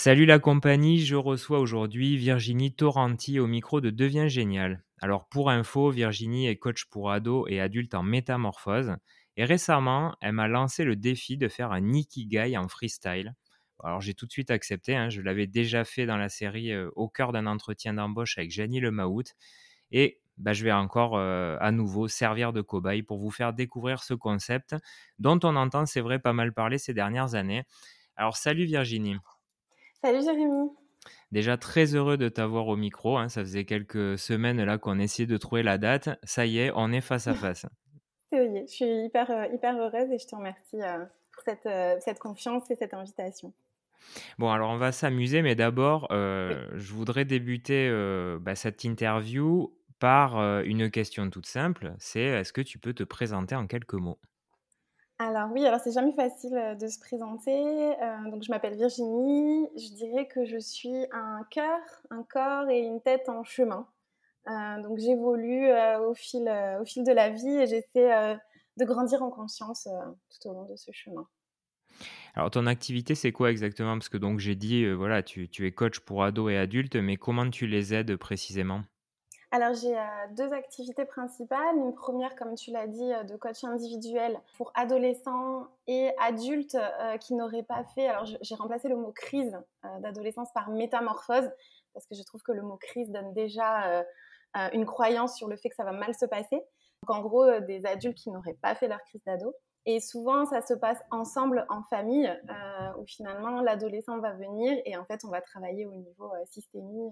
Salut la compagnie, je reçois aujourd'hui Virginie Torrenti au micro de Deviens Génial. Alors pour info, Virginie est coach pour ados et adultes en métamorphose et récemment, elle m'a lancé le défi de faire un Ikigai en freestyle. Alors j'ai tout de suite accepté, je l'avais déjà fait dans la série Au cœur d'un entretien d'embauche avec Janie Lemahout et je vais encore à nouveau servir de cobaye pour vous faire découvrir ce concept dont on entend, c'est vrai, pas mal parler ces dernières années. Alors salut Virginie. Salut Jérémy. Déjà très heureux de t'avoir au micro, ça faisait quelques semaines là qu'on essayait de trouver la date. Ça y est, on est face à face. Je suis hyper heureuse et je te remercie pour cette confiance et cette invitation. Bon alors on va s'amuser, mais d'abord, Oui. je voudrais débuter, cette interview par, une question toute simple, c'est est-ce que tu peux te présenter en quelques mots? Alors oui, alors c'est jamais facile de se présenter. Donc je m'appelle Virginie. Je dirais que je suis un cœur, un corps et une tête en chemin. Donc j'évolue au fil de la vie et j'essaie de grandir en conscience tout au long de ce chemin. Alors ton activité, c'est quoi exactement? Parce que donc j'ai dit, voilà, tu es coach pour ados et adultes, mais comment tu les aides précisément? Alors j'ai 2 activités principales. Une première, comme tu l'as dit, de coach individuel pour adolescents et adultes, qui n'auraient pas fait alors j'ai remplacé le mot crise, d'adolescence par métamorphose, parce que je trouve que le mot crise donne déjà, une croyance sur le fait que ça va mal se passer. Donc en gros, des adultes qui n'auraient pas fait leur crise d'ado et souvent ça se passe ensemble en famille, où finalement l'adolescent va venir et en fait on va travailler au niveau, systémie,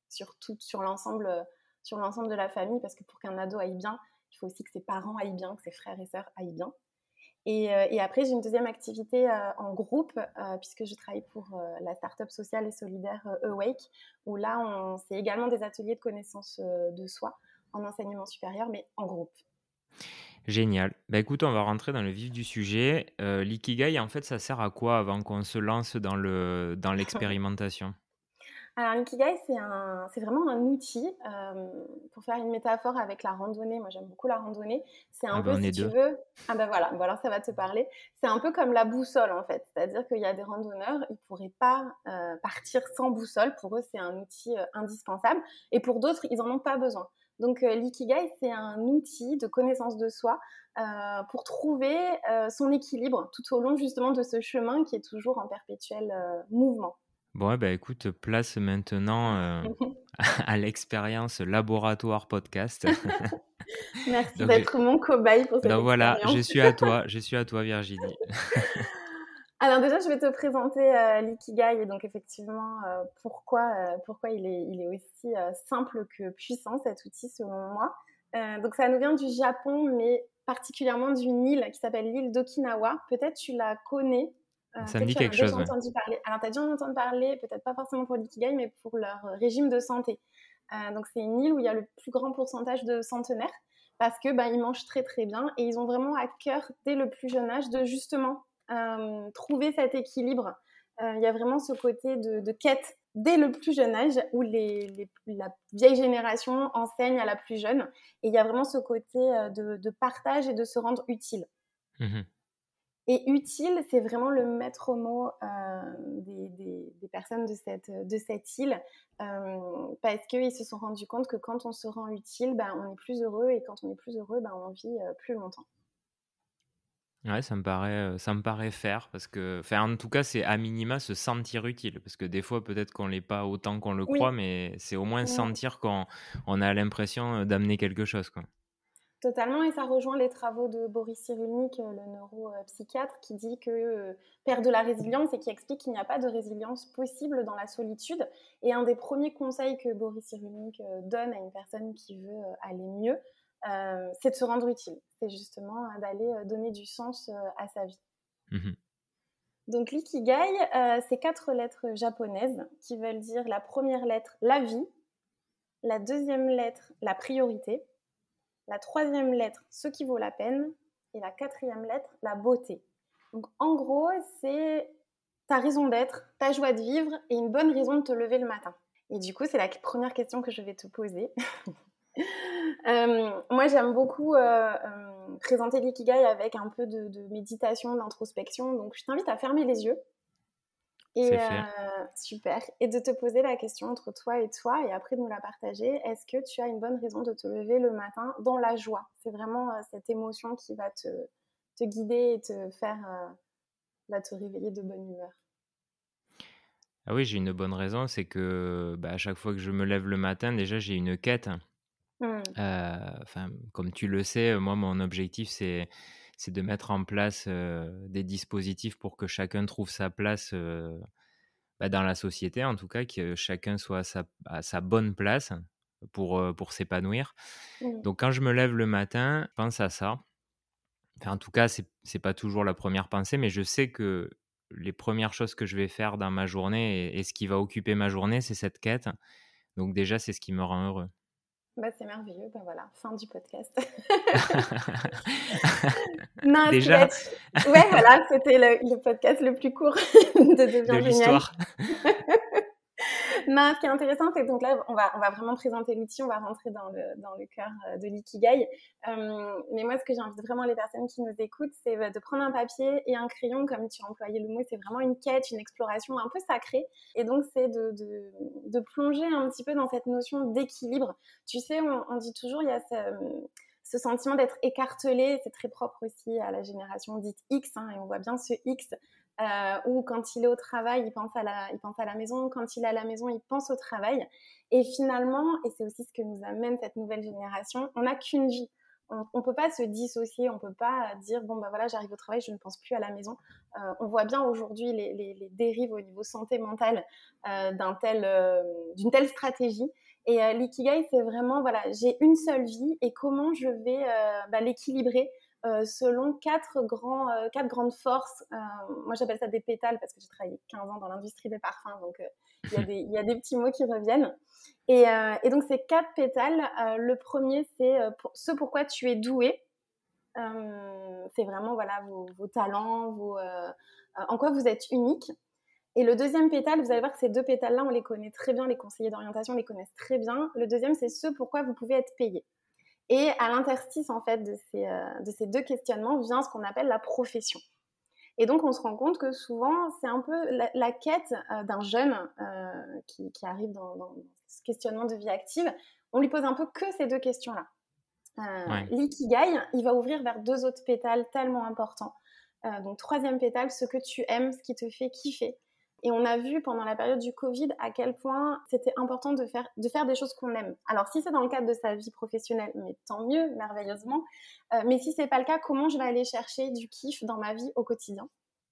sur l'ensemble de la famille, parce que pour qu'un ado aille bien, il faut aussi que ses parents aillent bien, que ses frères et sœurs aillent bien. Et après, j'ai une deuxième activité en groupe, puisque je travaille pour la start-up sociale et solidaire Awake, où là, c'est également des ateliers de connaissance de soi en enseignement supérieur, mais en groupe. Génial. Bah, écoute, on va rentrer dans le vif du sujet. L'ikigai, en fait, ça sert à quoi avant qu'on se lance dans l'expérimentation? Alors, l'ikigai, c'est vraiment un outil. Pour faire une métaphore avec la randonnée, moi j'aime beaucoup la randonnée. C'est Ah un ben, peu, on si est tu 2. veux, ah ben voilà, bon alors ça va te parler. C'est un peu comme la boussole en fait. C'est-à-dire qu'il y a des randonneurs, ils pourraient pas partir sans boussole. Pour eux, c'est un outil indispensable. Et pour d'autres, ils en ont pas besoin. Donc l'ikigai, c'est un outil de connaissance de soi pour trouver son équilibre tout au long justement de ce chemin qui est toujours en perpétuel mouvement. Bon, ouais, bah, écoute, place maintenant, à l'expérience laboratoire podcast. Merci Donc j'ai d'être mon cobaye pour cette donc voilà, expérience. je suis à toi Virginie. Alors déjà, je vais te présenter l'ikigai et donc effectivement pourquoi il est aussi simple que puissant cet outil selon moi. Donc ça nous vient du Japon, mais particulièrement d'une île qui s'appelle l'île d'Okinawa. Peut-être tu la connais, Ça me peut-être dit tu en as quelque déjà chose, ouais. entendu parler. Alors tu as déjà entendu parler, peut-être pas forcément pour l'ikigai, mais pour leur régime de santé. Donc c'est une île où il y a le plus grand pourcentage de centenaires parce que ils mangent très très bien et ils ont vraiment à cœur dès le plus jeune âge de justement trouver cet équilibre. Il y a vraiment ce côté de quête dès le plus jeune âge où la vieille génération enseigne à la plus jeune. Et il y a vraiment ce côté de partage et de se rendre utile. Mmh. Et utile, c'est vraiment le maître mot des personnes de cette île, parce qu'ils se sont rendus compte que quand on se rend utile, on est plus heureux, et quand on est plus heureux, on vit plus longtemps. Ouais, ça me paraît faire parce que enfin, en tout cas, c'est à minima se sentir utile parce que des fois, peut-être qu'on l'est pas autant qu'on le croit, Oui, mais c'est au moins mmh. sentir qu'on a l'impression, d'amener quelque chose, quoi. Totalement, et ça rejoint les travaux de Boris Cyrulnik, le neuropsychiatre, qui dit que père de la résilience et qui explique qu'il n'y a pas de résilience possible dans la solitude. Et un des premiers conseils que Boris Cyrulnik donne à une personne qui veut aller mieux, c'est de se rendre utile. C'est justement d'aller donner du sens à sa vie. Mmh. Donc l'ikigai, c'est 4 lettres japonaises qui veulent dire la première lettre, la vie, la deuxième lettre, la priorité, la troisième lettre, ce qui vaut la peine, et la quatrième lettre, la beauté. Donc en gros, c'est ta raison d'être, ta joie de vivre et une bonne raison de te lever le matin. Et du coup, c'est la première question que je vais te poser. Moi, j'aime beaucoup présenter l'ikigai avec un peu de méditation, d'introspection. Donc, je t'invite à fermer les yeux Et C'est fait. super. Et de te poser la question entre toi et après de nous la partager. Est-ce que tu as une bonne raison de te lever le matin dans la joie? C'est vraiment cette émotion qui va te guider et te faire va te réveiller de bonne humeur. Ah oui, j'ai une bonne raison, c'est que, à chaque fois que je me lève le matin, déjà, j'ai une quête. Mmh. Enfin, comme tu le sais, moi, mon objectif, c'est de mettre en place, des dispositifs pour que chacun trouve sa place, dans la société, en tout cas, que chacun soit à sa bonne place pour s'épanouir. Mmh. Donc quand je me lève le matin, je pense à ça. Enfin, en tout cas, c'est pas toujours la première pensée, mais je sais que les premières choses que je vais faire dans ma journée et ce qui va occuper ma journée, c'est cette quête. Donc déjà, c'est ce qui me rend heureux. Bah, c'est merveilleux. Bah, voilà, fin du podcast. Non, ce qui va Déjà, être ouais, voilà, c'était le podcast le plus court de de Devient Génial. l'histoire. Non, ce qui est intéressant, c'est que donc là, on va vraiment présenter l'outil, on va rentrer dans le cœur de l'ikigai. Mais moi, ce que j'invite vraiment les personnes qui nous écoutent, c'est de prendre un papier et un crayon, comme tu as employé le mot, c'est vraiment une quête, une exploration un peu sacrée. Et donc, c'est de plonger un petit peu dans cette notion d'équilibre. Tu sais, on dit toujours, il y a ce sentiment d'être écartelé, c'est très propre aussi à la génération dite X, hein, et on voit bien ce X où quand il est au travail, il pense à la maison, quand il est à la maison, il pense au travail. Et finalement, et c'est aussi ce que nous amène cette nouvelle génération, on n'a qu'une vie. On ne peut pas se dissocier, on ne peut pas dire, bon, bah voilà, j'arrive au travail, je ne pense plus à la maison. On voit bien aujourd'hui les dérives au niveau santé mentale d'une telle stratégie. Et l'ikigai, c'est vraiment, voilà, j'ai une seule vie et comment je vais l'équilibrer selon quatre grandes forces. Moi, j'appelle ça des pétales parce que j'ai travaillé 15 ans dans l'industrie des parfums, donc il y a des petits mots qui reviennent. Et donc, ces quatre pétales, le premier, c'est ce pourquoi tu es doué. C'est vraiment voilà, vos talents, en quoi vous êtes unique. Et le deuxième pétale, vous allez voir que ces deux pétales-là, on les connaît très bien, les conseillers d'orientation les connaissent très bien. Le deuxième, c'est ce pourquoi vous pouvez être payé. Et à l'interstice, en fait, de ces deux questionnements vient ce qu'on appelle la profession. Et donc, on se rend compte que souvent, c'est un peu la quête d'un jeune qui arrive dans ce questionnement de vie active. On lui pose un peu que ces deux questions-là. Ouais. L'ikigai, il va ouvrir vers deux autres pétales tellement importants. Donc, troisième pétale, ce que tu aimes, ce qui te fait kiffer. Et on a vu pendant la période du Covid à quel point c'était important de faire des choses qu'on aime. Alors, si c'est dans le cadre de sa vie professionnelle, mais tant mieux, merveilleusement. Mais si c'est pas le cas, comment je vais aller chercher du kiff dans ma vie au quotidien?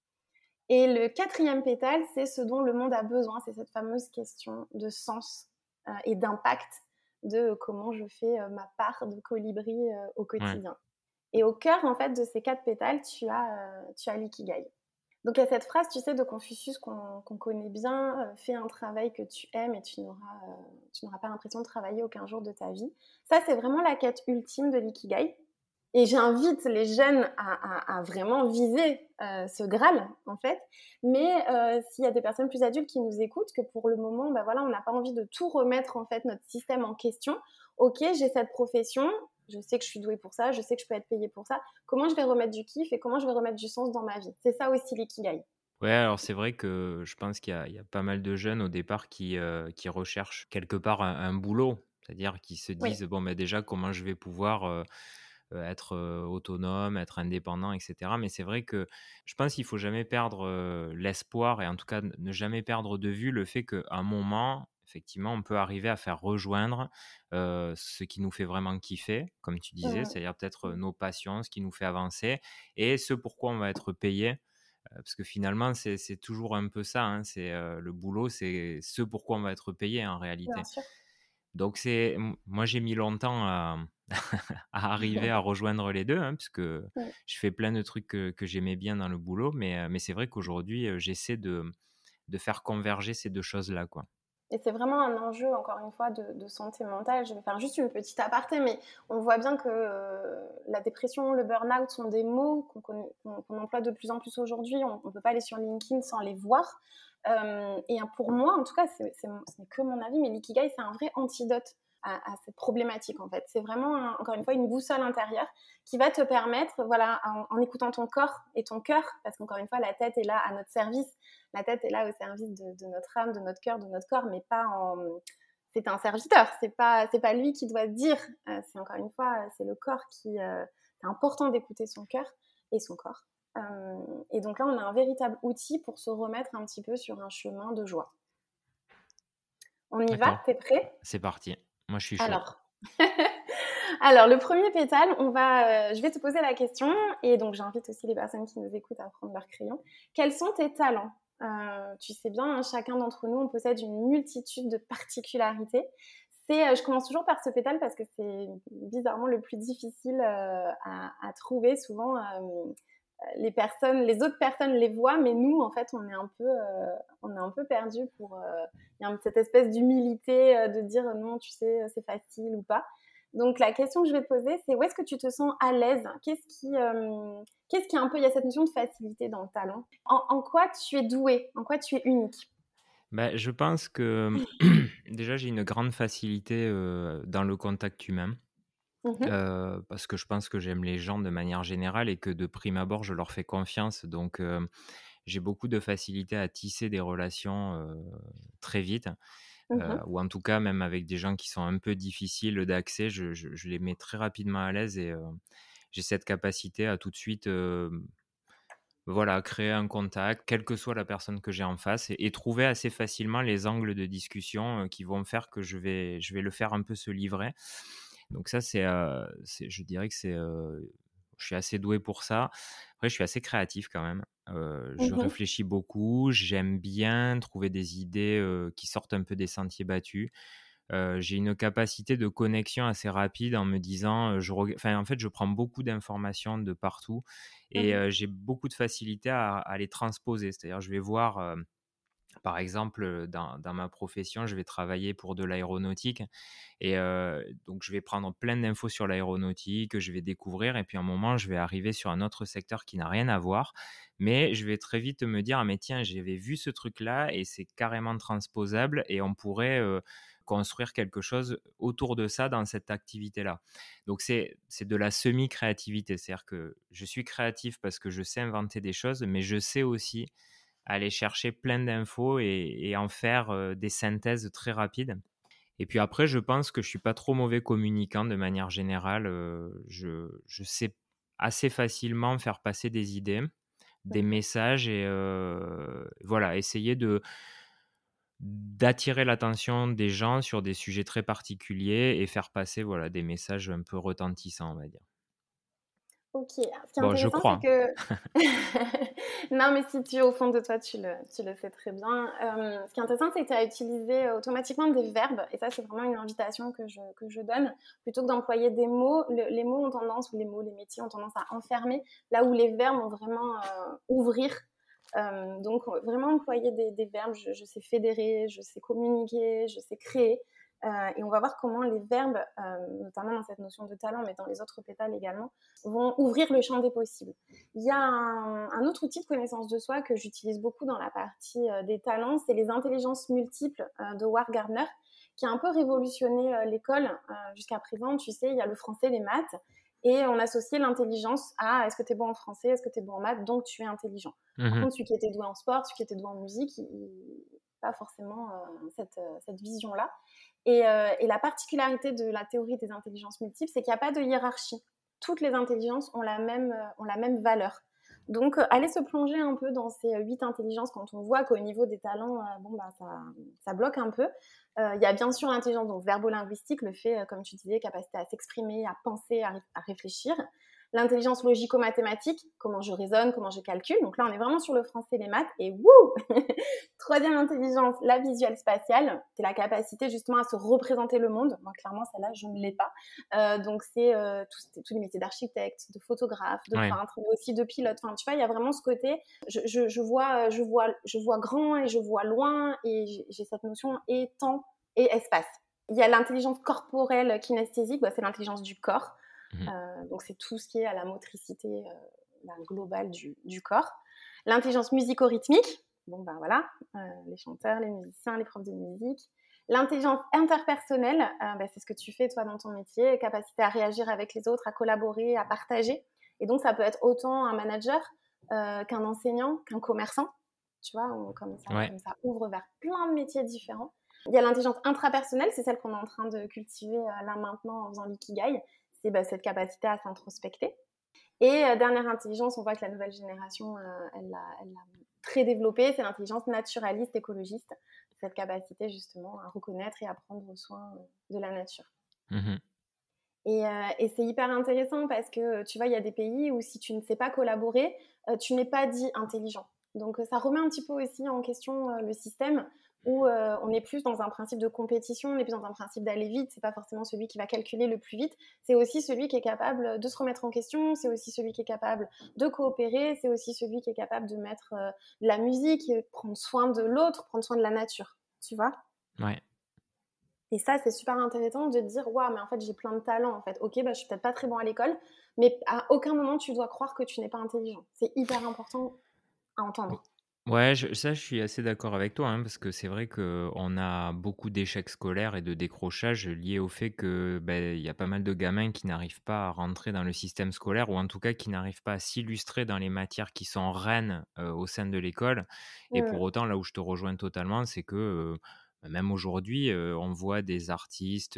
Et le quatrième pétale, c'est ce dont le monde a besoin, c'est cette fameuse question de sens et d'impact de comment je fais ma part de colibri au Ouais. quotidien. Et au cœur, en fait, de ces quatre pétales, tu as l'ikigai. Donc, il y a cette phrase, tu sais, de Confucius qu'on connaît bien, fais un travail que tu aimes et tu n'auras pas l'impression de travailler aucun jour de ta vie. Ça, c'est vraiment la quête ultime de l'ikigai. Et j'invite les jeunes à vraiment viser ce Graal, en fait. Mais s'il y a des personnes plus adultes qui nous écoutent, que pour le moment, bah voilà, on n'a pas envie de tout remettre, en fait, notre système en question. Ok, j'ai cette profession, je sais que je suis douée pour ça, je sais que je peux être payée pour ça. Comment je vais remettre du kiff et comment je vais remettre du sens dans ma vie? C'est ça aussi l'ikigai. Ouais, alors c'est vrai que je pense qu'il y a pas mal de jeunes au départ qui recherchent quelque part un boulot. C'est-à-dire qui se Oui. disent: «Bon, déjà comment je vais pouvoir, être, autonome, être indépendant et cetera». Mais c'est vrai que je pense qu'il faut jamais perdre, l'espoir et en tout cas ne jamais perdre de vue le fait qu'à un moment, effectivement, on peut arriver à faire rejoindre, ce qui nous fait vraiment kiffer, comme tu disais, Mmh. c'est-à-dire peut-être, nos passions, ce qui nous fait avancer et ce pourquoi on va être payé. Parce que finalement, c'est toujours un peu ça, hein, le boulot, c'est ce pourquoi on va être payé en Bien réalité. sûr. Donc moi j'ai mis longtemps à à arriver à rejoindre les 2, hein, puisque Oui. je fais plein de trucs que j'aimais bien dans le boulot, mais c'est vrai qu'aujourd'hui, j'essaie de faire converger ces 2 choses-là, quoi. Et c'est vraiment un enjeu, encore une fois, de santé mentale. Je vais faire juste une petite aparté, mais on voit bien que la dépression, le burn-out sont des mots qu'on emploie de plus en plus aujourd'hui. On ne peut pas aller sur LinkedIn sans les voir. Et pour moi, en tout cas, ce n'est que mon avis, mais l'ikigai, c'est un vrai antidote à cette problématique, en fait. C'est vraiment, encore une fois, une boussole intérieure qui va te permettre, voilà, en écoutant ton corps et ton cœur, parce qu'encore une fois, la tête est là à notre service. La tête est là au service de notre âme, de notre cœur, de notre corps, mais pas en... C'est un serviteur, c'est pas lui qui doit dire. C'est encore une fois, c'est le corps qui... c'est important d'écouter son cœur et son corps. Et donc là, on a un véritable outil pour se remettre un petit peu sur un chemin de joie. On y va? D'accord, T'es prêt? c'est parti. Moi, je suis chaud. Alors, alors le premier pétale, je vais te poser la question, et donc j'invite aussi les personnes qui nous écoutent à prendre leur crayon. Quels sont tes talents? Tu sais bien, hein, chacun d'entre nous, on possède une multitude de particularités. Je commence toujours par ce pétale parce que c'est bizarrement le plus difficile à trouver. Souvent, les autres personnes les voient, mais nous, en fait, on est un peu perdus il y a cette espèce d'humilité de dire non, tu sais, c'est facile ou pas. Donc, la question que je vais te poser, c'est où est-ce que tu te sens à l'aise? Qu'est-ce qui un peu, il y a cette notion de facilité dans le talent. En quoi tu es doué? En quoi tu es unique? Bah, je pense que déjà, j'ai une grande facilité dans le contact humain. Mhm, Parce que je pense que j'aime les gens de manière générale et que de prime abord, je leur fais confiance. Donc, j'ai beaucoup de facilité à tisser des relations très vite, mhm, ou en tout cas, même avec des gens qui sont un peu difficiles d'accès, je les mets très rapidement à l'aise et j'ai cette capacité à tout de suite voilà, créer un contact, quelle que soit la personne que j'ai en face et trouver assez facilement les angles de discussion qui vont faire que je vais le faire un peu se livrer. Donc ça, je dirais que je suis assez doué pour ça. Après, je suis assez créatif quand même. Je mhm, réfléchis beaucoup, j'aime bien trouver des idées qui sortent un peu des sentiers battus. J'ai une capacité de connexion assez rapide en me disant, en fait, je prends beaucoup d'informations de partout et mhm, j'ai beaucoup de facilité à les transposer. C'est-à-dire, je vais voir, par exemple, dans ma profession, je vais travailler pour de l'aéronautique et donc je vais prendre plein d'infos sur l'aéronautique, que je vais découvrir et puis à un moment, je vais arriver sur un autre secteur qui n'a rien à voir. Mais je vais très vite me dire: «Ah mais tiens, j'avais vu ce truc-là et c'est carrément transposable et on pourrait, construire quelque chose autour de ça dans cette activité-là». Donc c'est de la semi-créativité. C'est-à-dire que je suis créatif parce que je sais inventer des choses, mais je sais aussi aller chercher plein d'infos et en faire, des synthèses très rapides. Et puis après, je pense que je suis pas trop mauvais communicant de manière générale. Je sais assez facilement faire passer des idées, des mhm. messages et voilà, essayer d'attirer l'attention des gens sur des sujets très particuliers et faire passer, voilà, des messages un peu retentissants, on va dire. Ok, ce qui est Bon, je intéressant, c'est crois. que... Non, mais si tu es au fond de toi, tu le sais très bien. Ce qui est intéressant, c'est que tu as utilisé automatiquement des verbes, et ça, c'est vraiment une invitation que je donne. Plutôt que d'employer des mots, les mots ont tendance, ou les mots, les métiers ont tendance à enfermer, là où les verbes vont vraiment ouvrir. Donc, vraiment employer des verbes. Je sais fédérer, je sais communiquer, je sais créer. Et on va voir comment les verbes, notamment dans cette notion de talent, mais dans les autres pétales également, vont ouvrir le champ des possibles. Il y a un autre outil de connaissance de soi que j'utilise beaucoup dans la partie des talents, c'est les intelligences multiples de Howard Gardner, qui a un peu révolutionné l'école jusqu'à présent. Tu sais, il y a le français, les maths, et on associait l'intelligence à est-ce que tu es bon en français, est-ce que tu es bon en maths, donc tu es intelligent. Par Mmh. contre, celui qui était doué en sport, celui qui était doué en musique, pas forcément cette vision-là. Et la particularité de la théorie des intelligences multiples, c'est qu'il n'y a pas de hiérarchie. Toutes les intelligences ont ont la même valeur. Donc, aller se plonger un peu dans ces 8 intelligences quand on voit qu'au niveau des talents, ça bloque un peu. Il y a bien sûr l'intelligence donc verbo-linguistique, le fait, comme tu disais, capacité à s'exprimer, à penser, à réfléchir. L'intelligence logico-mathématique, comment je raisonne, comment je calcule. Donc là, on est vraiment sur le français, les maths. Et wouh Troisième intelligence, la visuelle spatiale. C'est la capacité justement à se représenter le monde. Moi, clairement, celle-là, je ne l'ai pas. Donc, c'est tous les métiers d'architecte, de photographe, de Ouais. peintre, mais aussi de pilote. Enfin, tu vois, il y a vraiment ce côté. Je vois grand et je vois loin. Et j'ai cette notion et temps et espace. Il y a l'intelligence corporelle kinesthésique. C'est l'intelligence du corps. Mmh. Donc, c'est tout ce qui est à la motricité globale du corps. L'intelligence musico-rythmique, bon, ben voilà, les chanteurs, les musiciens, les profs de musique. L'intelligence interpersonnelle, c'est ce que tu fais toi dans ton métier, capacité à réagir avec les autres, à collaborer, à partager. Et donc, ça peut être autant un manager qu'un enseignant, qu'un commerçant. Tu vois, comme Ouais. ça ouvre vers plein de métiers différents. Il y a l'intelligence intrapersonnelle, c'est celle qu'on est en train de cultiver là maintenant en faisant l'ikigai. C'est cette capacité à s'introspecter. Et dernière intelligence, on voit que la nouvelle génération, elle l'a très développée, c'est l'intelligence naturaliste, écologiste. Cette capacité justement à reconnaître et à prendre soin de la nature. Mmh. Et c'est hyper intéressant parce que tu vois, il y a des pays où si tu ne sais pas collaborer, tu n'es pas dit intelligent. Donc ça remet un petit peu aussi en question le système où on est plus dans un principe de compétition, on est plus dans un principe d'aller vite. C'est pas forcément celui qui va calculer le plus vite, c'est aussi celui qui est capable de se remettre en question, c'est aussi celui qui est capable de coopérer, c'est aussi celui qui est capable de mettre de la musique, et prendre soin de l'autre, prendre soin de la nature, tu vois. Ouais. Et ça, c'est super intéressant de te dire, waouh, mais en fait, j'ai plein de talents, en fait. Ok, je suis peut-être pas très bon à l'école, mais à aucun moment tu dois croire que tu n'es pas intelligent. C'est hyper important à entendre. Ouais, je suis assez d'accord avec toi, hein, parce que c'est vrai qu'on a beaucoup d'échecs scolaires et de décrochages liés au fait que, il y a pas mal de gamins qui n'arrivent pas à rentrer dans le système scolaire ou en tout cas qui n'arrivent pas à s'illustrer dans les matières qui sont reines, au sein de l'école et pour Mm. autant, là où je te rejoins totalement, c'est que, même aujourd'hui, on voit des artistes,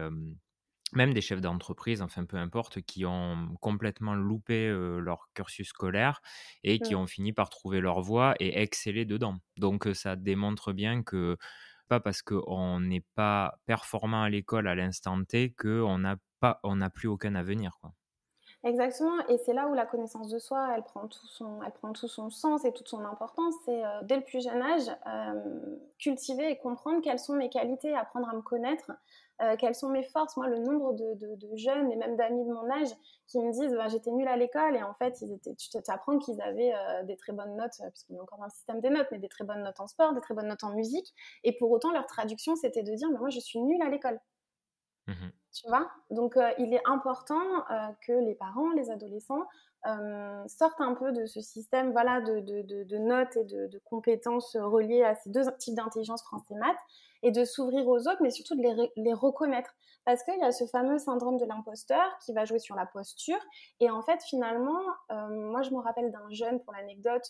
même des chefs d'entreprise, enfin peu importe, qui ont complètement loupé, leur cursus scolaire et qui Mm. ont fini par trouver leur voie et exceller dedans. Donc, ça démontre bien que, pas parce qu'on n'est pas performant à l'école à l'instant T on n'a plus aucun avenir, quoi. Exactement, et c'est là où la connaissance de soi, elle prend tout son sens et toute son importance. C'est dès le plus jeune âge, cultiver et comprendre quelles sont mes qualités, apprendre à me connaître, quelles sont mes forces. Moi, le nombre de jeunes et même d'amis de mon âge qui me disent j'étais nulle à l'école et en fait, tu t'apprends qu'ils avaient des très bonnes notes, puisqu'on est encore dans le système des notes, mais des très bonnes notes en sport, des très bonnes notes en musique. Et pour autant, leur traduction, c'était de dire mais moi, je suis nulle à l'école. Mmh. Tu vois? Donc, il est important que les parents, les adolescents sortent un peu de ce système voilà, de notes et de compétences reliées à ces deux types d'intelligence France et maths et de s'ouvrir aux autres, mais surtout de les reconnaître. Parce qu'il y a ce fameux syndrome de l'imposteur qui va jouer sur la posture. Et en fait, finalement, moi, je me rappelle d'un jeune, pour l'anecdote,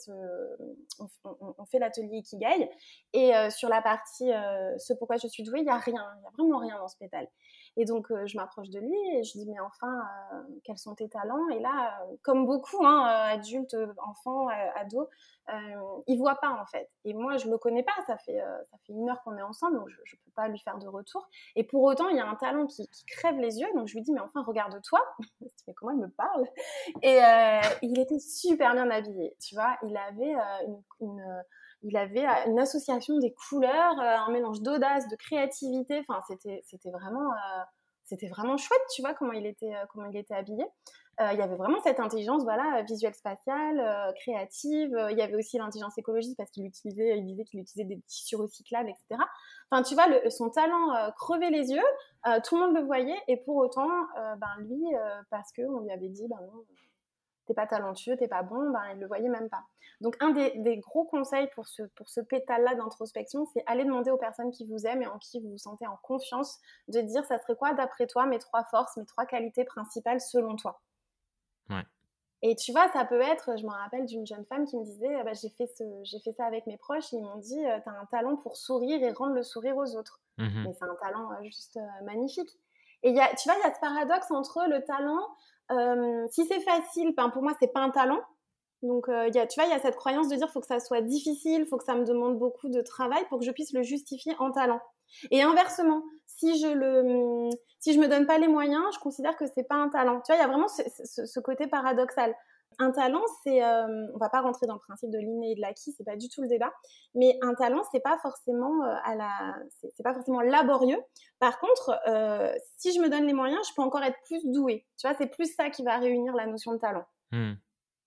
on fait l'atelier Ikigai. Et sur la partie ce pourquoi je suis douée, il n'y a rien, il n'y a vraiment rien dans ce pétale. Et donc, je m'approche de lui et je dis, mais enfin, quels sont tes talents? Et là, comme beaucoup, hein, adultes, enfants, ados, ils ne voient pas, en fait. Et moi, je ne le connais pas, ça fait 1 heure qu'on est ensemble, donc je ne peux pas lui faire de retour. Et pour autant, il y a un talent qui crève les yeux, donc je lui dis, mais enfin, regarde-toi. Mais comment il me parle? Et il était super bien habillé, tu vois. Il avait une association des couleurs, un mélange d'audace, de créativité. Enfin, c'était vraiment chouette, tu vois, comment il était habillé. Il y avait vraiment cette intelligence, voilà, visuelle spatiale, créative. Il y avait aussi l'intelligence écologique parce il disait qu'il utilisait des tissus recyclables, etc. Enfin, tu vois, son talent crevait les yeux. Tout le monde le voyait et pour autant, lui, parce qu'on lui avait dit, non, t'es pas talentueux, t'es pas bon, il le voyait même pas. Donc un des gros conseils pour ce pétale-là d'introspection, c'est aller demander aux personnes qui vous aiment et en qui vous vous sentez en confiance, de dire ça serait quoi d'après toi mes 3 forces, mes 3 qualités principales selon toi. Ouais. Et tu vois, ça peut être, je me rappelle d'une jeune femme qui me disait, j'ai fait ça avec mes proches, et ils m'ont dit, t'as un talent pour sourire et rendre le sourire aux autres. Mmh. Mais c'est un talent juste magnifique. Et tu vois, il y a ce paradoxe entre le talent, si c'est facile, pour moi, c'est pas un talent. Donc, tu vois, il y a cette croyance de dire, faut que ça soit difficile, faut que ça me demande beaucoup de travail pour que je puisse le justifier en talent. Et inversement, si je me donne pas les moyens, je considère que c'est pas un talent. Tu vois, il y a vraiment ce côté paradoxal. Un talent, on va pas rentrer dans le principe de l'inné et de l'acquis, c'est pas du tout le débat. Mais un talent, c'est pas forcément c'est pas forcément laborieux. Par contre, si je me donne les moyens, je peux encore être plus douée. Tu vois, c'est plus ça qui va réunir la notion de talent. Mmh.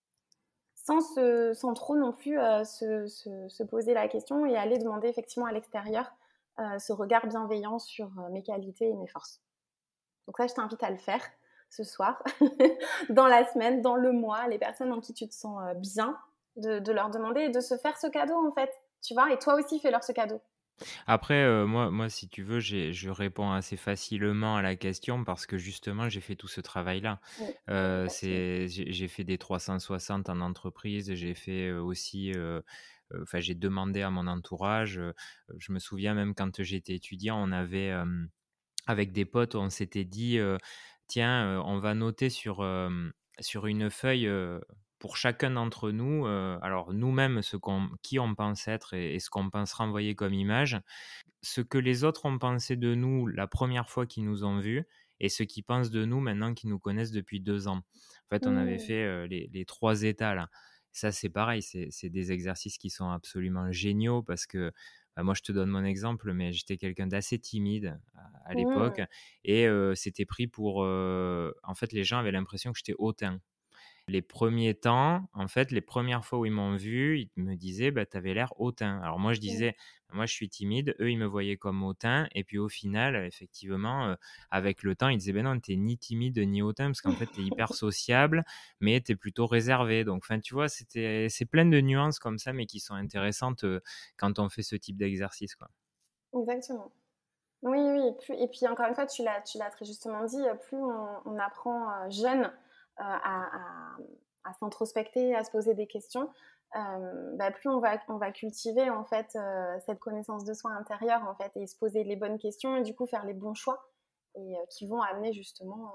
Sans trop non plus se poser la question et aller demander effectivement à l'extérieur ce regard bienveillant sur mes qualités et mes forces. Donc ça, je t'invite à le faire ce soir, dans la semaine, dans le mois, les personnes en qui tu te sens bien, de leur demander et de se faire ce cadeau en fait, tu vois, et toi aussi fais-leur ce cadeau. Après, moi, si tu veux, je réponds assez facilement à la question parce que justement, j'ai fait tout ce travail-là. Oui, exactement. J'ai fait des 360 en entreprise, j'ai fait, aussi, enfin, j'ai demandé à mon entourage, je me souviens même quand j'étais étudiant, on avait, avec des potes, on s'était dit, «Tiens, on va noter sur une feuille, pour chacun d'entre nous, alors nous-mêmes qui on pense être et ce qu'on pense renvoyer comme image, ce que les autres ont pensé de nous la première fois qu'ils nous ont vus et ce qu'ils pensent de nous maintenant qu'ils nous connaissent depuis 2 ans». En fait, on avait Mmh. fait, les 3 états là. Ça, c'est pareil, c'est des exercices qui sont absolument géniaux parce que, bah, moi, je te donne mon exemple, mais j'étais quelqu'un d'assez timide à l'époque Mmh. et c'était pris pour, en fait, les gens avaient l'impression que j'étais hautain. Les premiers temps, en fait, les premières fois où ils m'ont vu, ils me disaient: «Bah, tu avais l'air hautain». Alors moi, je Mmh. disais: «Moi, je suis timide». Eux, ils me voyaient comme hautain et puis au final, effectivement, avec le temps, ils disaient: «Beh non, tu es ni timide ni hautain parce qu'en fait, tu es hyper sociable, mais tu es plutôt réservé». Donc enfin, tu vois, c'est plein de nuances comme ça, mais qui sont intéressantes, quand on fait ce type d'exercice, quoi. Exactement. Oui, oui et puis encore une fois, tu l'as très justement dit, plus on apprend, jeune, à s'introspecter, à se poser des questions, bah, plus on va cultiver en fait, cette connaissance de soi intérieure en fait et se poser les bonnes questions et du coup faire les bons choix et qui vont amener justement,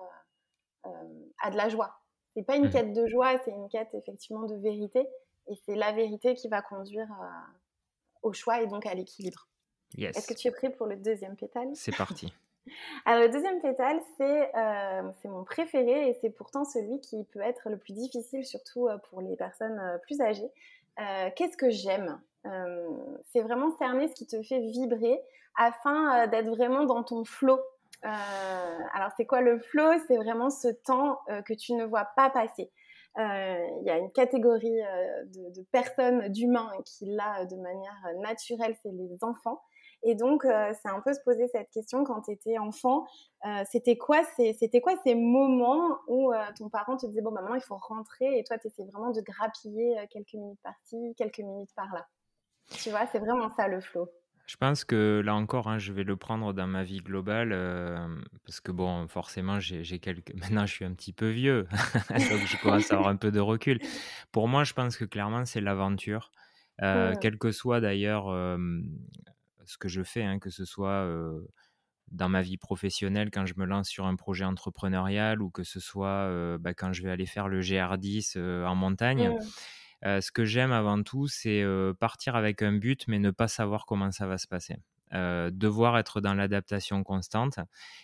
à de la joie. C'est pas une Mmh. quête de joie, c'est une quête effectivement de vérité et c'est la vérité qui va conduire, au choix et donc à l'équilibre. Est-ce que Yes, tu es prêt pour le deuxième pétale? c'est parti. Alors le deuxième pétale, c'est mon préféré et c'est pourtant celui qui peut être le plus difficile, surtout, pour les personnes, plus âgées. Qu'est-ce que j'aime? C'est vraiment cerner ce qui te fait vibrer afin, d'être vraiment dans ton flow. Alors c'est quoi le flow? C'est vraiment ce temps, que tu ne vois pas passer. Il y a une catégorie, de personnes, d'humains qui l'a, de manière, naturelle, c'est les enfants et donc, c'est un peu se poser cette question quand tu étais enfant. C'était quoi ces moments où ton parent te disait bon, bah, maintenant il faut rentrer et toi tu essaies vraiment de grappiller quelques minutes par-ci, quelques minutes par-là. Tu vois, c'est vraiment ça le flow. Je pense que là encore, hein, je vais le prendre dans ma vie globale, parce que bon, forcément, j'ai quelques maintenant je suis un petit peu vieux, donc je commence à avoir un peu de recul. Pour moi, je pense que clairement, c'est l'aventure, Mmh. quel que soit d'ailleurs, ce que je fais, hein, que ce soit, dans ma vie professionnelle quand je me lance sur un projet entrepreneurial ou que ce soit, bah, quand je vais aller faire le GR10, en montagne. Mmh. Ce que j'aime avant tout, c'est, partir avec un but, mais ne pas savoir comment ça va se passer. Devoir être dans l'adaptation constante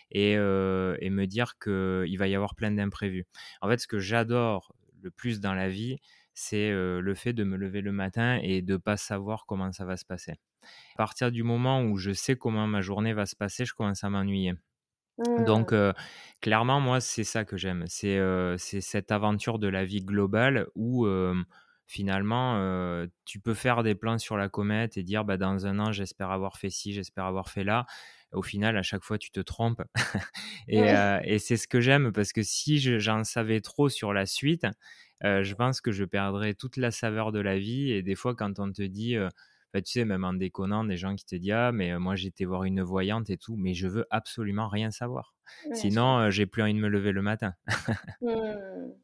et me dire qu'il va y avoir plein d'imprévus. En fait, ce que j'adore le plus dans la vie, c'est, le fait de me lever le matin et de pas savoir comment ça va se passer. À partir du moment où je sais comment ma journée va se passer, je commence à m'ennuyer. Donc, Mmh. clairement, moi, c'est ça que j'aime. C'est cette aventure de la vie globale où, finalement, tu peux faire des plans sur la comète et dire: «Bah, dans un an, j'espère avoir fait ci, j'espère avoir fait là». Au final, à chaque fois, tu te trompes Oui. et c'est ce que j'aime parce que si j'en savais trop sur la suite, je pense que je perdrais toute la saveur de la vie et des fois, quand on te dit, bah, tu sais, même en déconnant, des gens qui te disent: «Ah mais moi j'ai été voir une voyante et tout», mais je veux absolument rien savoir. Ouais, je Sinon, comprends. j'ai plus envie de me lever le matin. Mmh.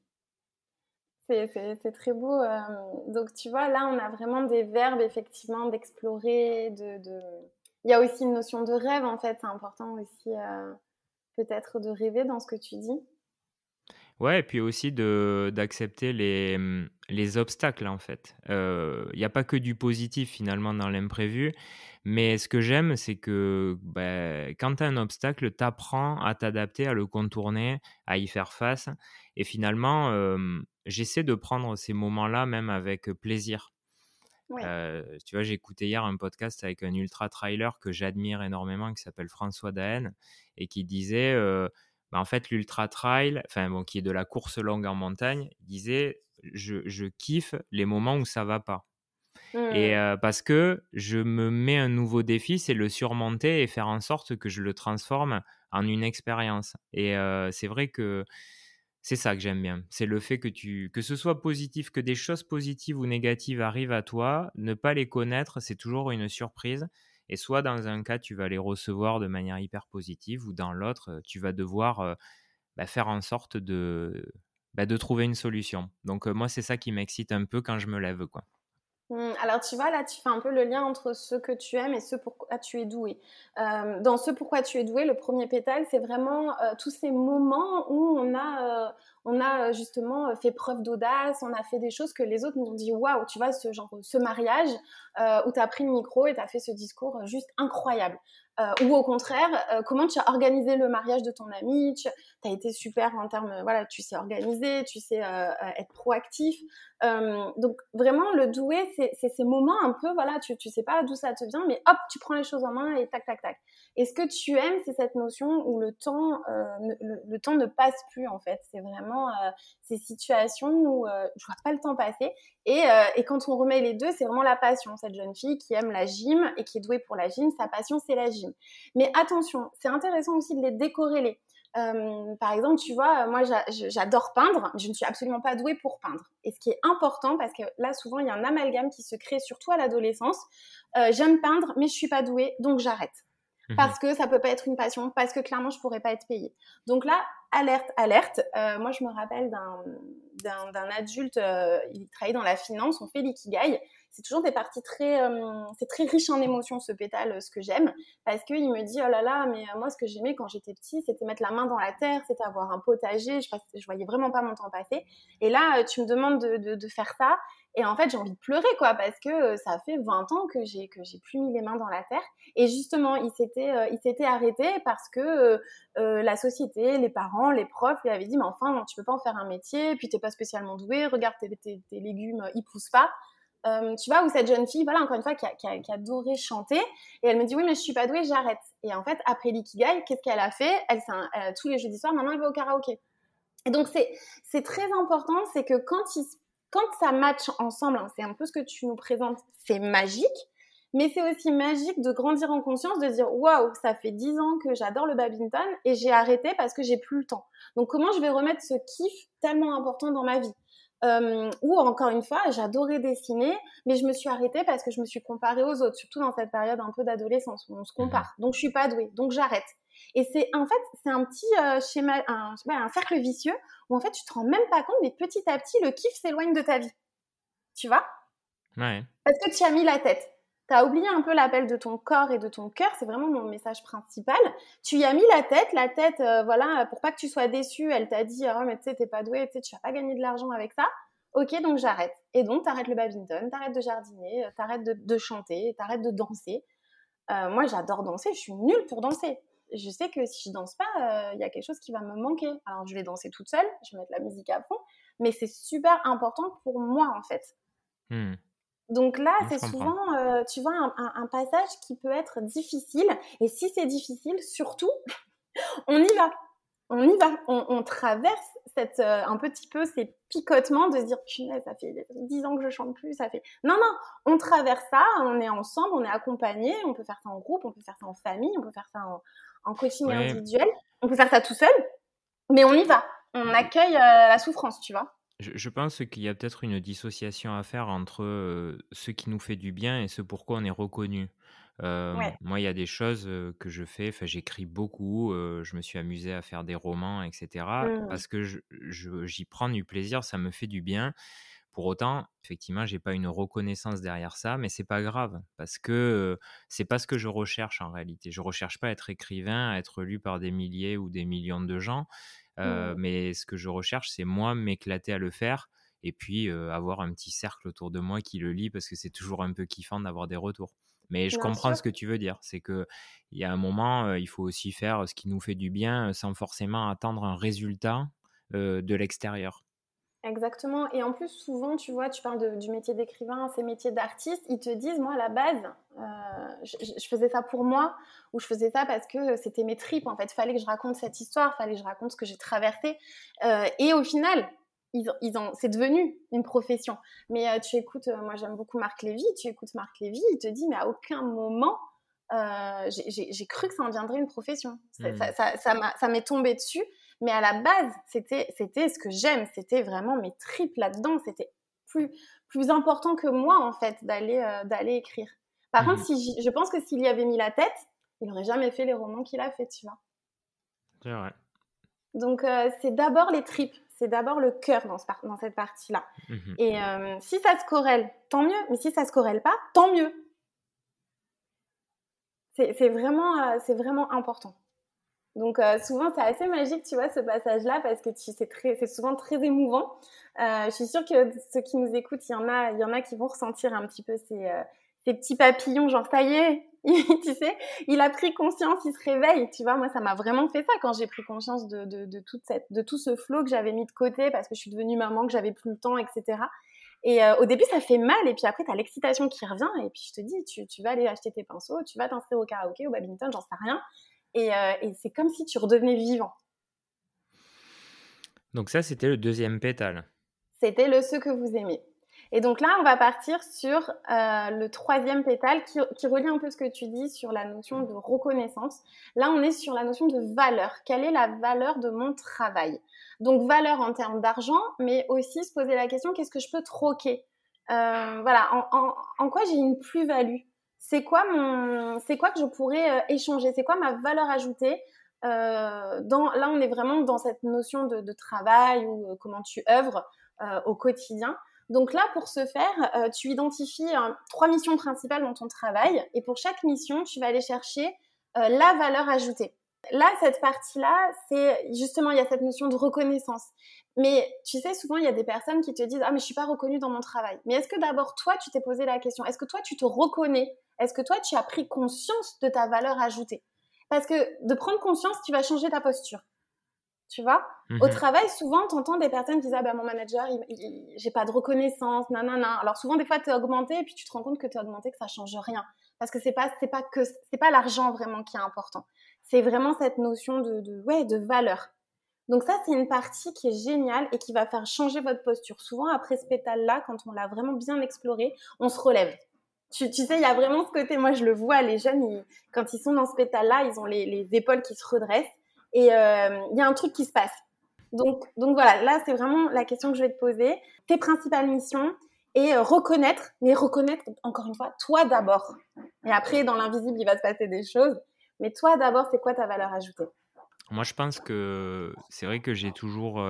C'est très beau, donc tu vois, là, on a vraiment des verbes effectivement d'explorer, de il y a aussi une notion de rêve, en fait, c'est important aussi, peut-être de rêver dans ce que tu dis? Ouais et puis aussi d'accepter les obstacles, en fait. Il y a pas que du positif finalement dans l'imprévu, mais ce que j'aime, c'est que, beh, quand tu as un obstacle, tu apprends à t'adapter, à le contourner, à y faire face et finalement, j'essaie de prendre ces moments-là même avec plaisir. Oui. Tu vois, j'ai écouté hier un podcast avec un ultra trailer que j'admire énormément qui s'appelle François Daen et qui disait, bah, en fait, l'ultra trail, enfin bon, qui est de la course longue en montagne, il disait: «Je kiffe les moments où ça va pas» et Mmh. parce que je me mets un nouveau défi, c'est le surmonter et faire en sorte que je le transforme en une expérience et c'est vrai que c'est ça que j'aime bien. C'est le fait que ce soit positif, que des choses positives ou négatives arrivent à toi, ne pas les connaître, c'est toujours une surprise Et soit dans un cas, tu vas les recevoir de manière hyper positive ou dans l'autre, tu vas devoir, faire en sorte de trouver une solution. Donc, moi, c'est ça qui m'excite un peu quand je me lève, quoi. Alors tu vois, là, tu fais un peu le lien entre ce que tu aimes et ce pourquoi tu es doué. Dans ce pourquoi tu es doué, le premier pétale, c'est vraiment tous ces moments où on a justement fait preuve d'audace, on a fait des choses que les autres nous ont dit waouh, tu vois, ce mariage où tu as pris le micro et tu as fait ce discours juste incroyable. Ou au contraire, comment tu as organisé le mariage de ton ami, tu as été super en termes, voilà, tu sais organiser, tu sais être proactif. Donc vraiment le doué, c'est ces moments un peu, voilà, tu sais pas d'où ça te vient, mais hop, tu prends les choses en main et tac tac tac. Et ce que tu aimes, c'est cette notion où le temps, le temps ne passe plus en fait. C'est vraiment ces situations où je vois pas le temps passer. Et quand on remet les deux, c'est vraiment la passion. Cette jeune fille qui aime la gym et qui est douée pour la gym, sa passion c'est la gym. Mais attention, c'est intéressant aussi de les décorréler. Par exemple, tu vois, moi j'adore peindre, je ne suis absolument pas douée pour peindre. Et ce qui est important, parce que là souvent il y a un amalgame qui se crée, surtout à l'adolescence, j'aime peindre, mais je suis pas douée, donc j'arrête. Mmh. Parce que ça peut pas être une passion, parce que clairement je pourrais pas être payée. Donc là, alerte, alerte. Moi je me rappelle d'un adulte, il travaillait dans la finance, on fait l'ikigai. C'est toujours des parties c'est très riche en émotions ce pétale, ce que j'aime, parce qu'il me dit oh là là, mais moi ce que j'aimais quand j'étais petit, c'était mettre la main dans la terre, c'était avoir un potager, je voyais vraiment pas mon temps passer. Et là, tu me demandes de faire ça, et en fait j'ai envie de pleurer quoi, parce que ça fait 20 ans que j'ai plus mis les mains dans la terre. Et justement, il s'était arrêté parce que la société, les parents, les profs lui avaient dit mais enfin tu peux pas en faire un métier, puis t'es pas spécialement doué, regarde tes légumes, ils poussent pas. Tu vois, où cette jeune fille, voilà, encore une fois, qui adorait chanter, et elle me dit oui mais je suis pas douée, j'arrête. Et en fait, après l'ikigai, qu'est-ce qu'elle a fait? Tous les jeudis soirs, maintenant elle va au karaoké. Et donc c'est très important, c'est que quand ça match ensemble, hein, c'est un peu ce que tu nous présentes, c'est magique. Mais c'est aussi magique de grandir en conscience, de dire waouh, ça fait 10 ans que j'adore le badminton et j'ai arrêté parce que j'ai plus le temps. Donc comment je vais remettre ce kiff tellement important dans ma vie? Ou encore une fois, j'adorais dessiner, mais je me suis arrêtée parce que je me suis comparée aux autres, surtout dans cette période un peu d'adolescence où on se Mmh. compare. Donc je suis pas douée, donc j'arrête. Et c'est en fait c'est un petit schéma, un cercle vicieux où en fait tu te rends même pas compte, mais petit à petit le kiff s'éloigne de ta vie. Tu vois? Ouais. Parce que tu as mis la tête. Tu as oublié un peu l'appel de ton corps et de ton cœur, c'est vraiment mon message principal. Tu y as mis la tête, voilà, pour pas que tu sois déçu, elle t'a dit oh mais tu sais t'es pas douée, tu sais tu vas pas gagner de l'argent avec ça. Ok, donc j'arrête. Et donc t'arrêtes le badminton, t'arrêtes de jardiner, t'arrêtes de chanter, t'arrêtes de danser. Moi j'adore danser, je suis nulle pour danser. Je sais que si je danse pas, il y a quelque chose qui va me manquer. Alors je vais danser toute seule, je vais mettre la musique à fond, mais c'est super important pour moi en fait. Mmh. Donc là, Ouais, je c'est comprends. souvent, tu vois, un passage qui peut être difficile. Et si c'est difficile, surtout, on y va. On y va. On traverse un petit peu ces picotements de se dire, punaise, ça fait 10 ans que je chante plus, ça fait... Non, non, on traverse ça, on est ensemble, on est accompagné, on peut faire ça en groupe, on peut faire ça en famille, on peut faire ça en coaching Ouais, individuel, on peut faire ça tout seul, mais on y va. On accueille la souffrance, tu vois. je pense qu'il y a peut-être une dissociation à faire entre, ce qui nous fait du bien et ce pourquoi on est reconnu. Ouais. Moi, il y a des choses, que je fais, enfin, j'écris beaucoup, je me suis amusé à faire des romans et cetera Mmh. parce que j'y prends du plaisir, ça me fait du bien. Pour autant, effectivement, j'ai pas une reconnaissance derrière ça, mais c'est pas grave parce que, c'est pas ce que je recherche en réalité. Je recherche pas à être écrivain, à être lu par des milliers ou des millions de gens, Mmh. mais ce que je recherche, c'est moi m'éclater à le faire et puis, avoir un petit cercle autour de moi qui le lit parce que c'est toujours un peu kiffant d'avoir des retours. Mais je Bien comprends sûr. ce que tu veux dire. C'est qu'il y a un moment, il faut aussi faire ce qui nous fait du bien, sans forcément attendre un résultat, de l'extérieur. Exactement. Et en plus, souvent, tu vois, tu parles du métier d'écrivain, ces métiers d'artiste, ils te disent, moi, à la base, je faisais ça pour moi, ou je faisais ça parce que c'était mes tripes, en fait. Fallait que je raconte cette histoire, fallait que je raconte ce que j'ai traversé. Et au final, c'est devenu une profession. Mais tu écoutes, moi, j'aime beaucoup Marc Lévy, tu écoutes Marc Lévy, il te dit, mais à aucun moment, j'ai cru que ça en viendrait une profession. Mmh. Ça m'est tombé dessus. Mais à la base, c'était ce que j'aime, c'était vraiment mes tripes là-dedans, c'était plus important que moi en fait d'aller écrire. Par contre, Mmh. je pense que s'il y avait mis la tête, il n'aurait jamais fait les romans qu'il a fait, tu vois. C'est vrai. Donc, c'est d'abord les tripes, c'est d'abord le cœur dans cette partie-là. Mmh. Et si ça se corrèle, tant mieux. Mais si ça se corrèle pas, tant mieux. C'est vraiment important. Donc, souvent, c'est assez magique, tu vois, ce passage-là, parce que c'est souvent très émouvant. Je suis sûre que ceux qui nous écoutent, il y en a qui vont ressentir un petit peu ces petits papillons, genre, ça y est, tu sais, il a pris conscience, il se réveille, tu vois. Moi, ça m'a vraiment fait ça quand j'ai pris conscience de tout ce flow que j'avais mis de côté parce que je suis devenue maman, que j'avais plus le temps, etc. Et au début, ça fait mal, et puis après, tu as l'excitation qui revient, et puis je te dis, tu vas aller acheter tes pinceaux, tu vas t'inscrire au karaoké, au badminton, j'en sais rien. Et c'est comme si tu redevenais vivant. Donc ça, c'était le deuxième pétale. C'était le ce que vous aimez. Et donc là, on va partir sur le troisième pétale qui relie un peu ce que tu dis sur la notion de reconnaissance. Là, on est sur la notion de valeur. Quelle est la valeur de mon travail? Donc, valeur en termes d'argent, mais aussi se poser la question, qu'est-ce que je peux troquer? Voilà, en quoi j'ai une plus-value? C'est quoi que je pourrais échanger? C'est quoi ma valeur ajoutée? Là, on est vraiment dans cette notion de travail ou comment tu œuvres au quotidien. Donc là, pour ce faire, tu identifies 3 missions principales dans ton travail, et pour chaque mission, tu vas aller chercher la valeur ajoutée. Là, cette partie-là, c'est justement, il y a cette notion de reconnaissance. Mais tu sais, souvent, il y a des personnes qui te disent « Ah, mais je suis pas reconnue dans mon travail. » Mais est-ce que d'abord, toi, tu t'es posé la question? Est-ce que toi, tu te reconnais? Est-ce que toi, tu as pris conscience de ta valeur ajoutée? Parce que de prendre conscience, tu vas changer ta posture. Tu vois, au Mmh. travail, souvent, tu entends des personnes qui disent « Ah ben, mon manager, j'ai pas de reconnaissance, nanana. » Alors souvent, des fois, tu es augmenté, et puis tu te rends compte que tu es augmenté, que ça change rien. Parce que c'est pas l'argent vraiment qui est important. C'est vraiment cette notion de valeur. Donc ça, c'est une partie qui est géniale et qui va faire changer votre posture. Souvent, après ce pétale-là, quand on l'a vraiment bien exploré, on se relève. Tu sais, il y a vraiment ce côté, moi je le vois, les jeunes, quand ils sont dans ce pétale-là, ils ont les épaules qui se redressent, et il y a un truc qui se passe. Donc voilà, là c'est vraiment la question que je vais te poser. Tes principales missions, et reconnaître, mais reconnaître encore une fois, toi d'abord. Et après, dans l'invisible, il va se passer des choses. Mais toi d'abord, c'est quoi ta valeur ajoutée? Moi, je pense que c'est vrai que j'ai toujours,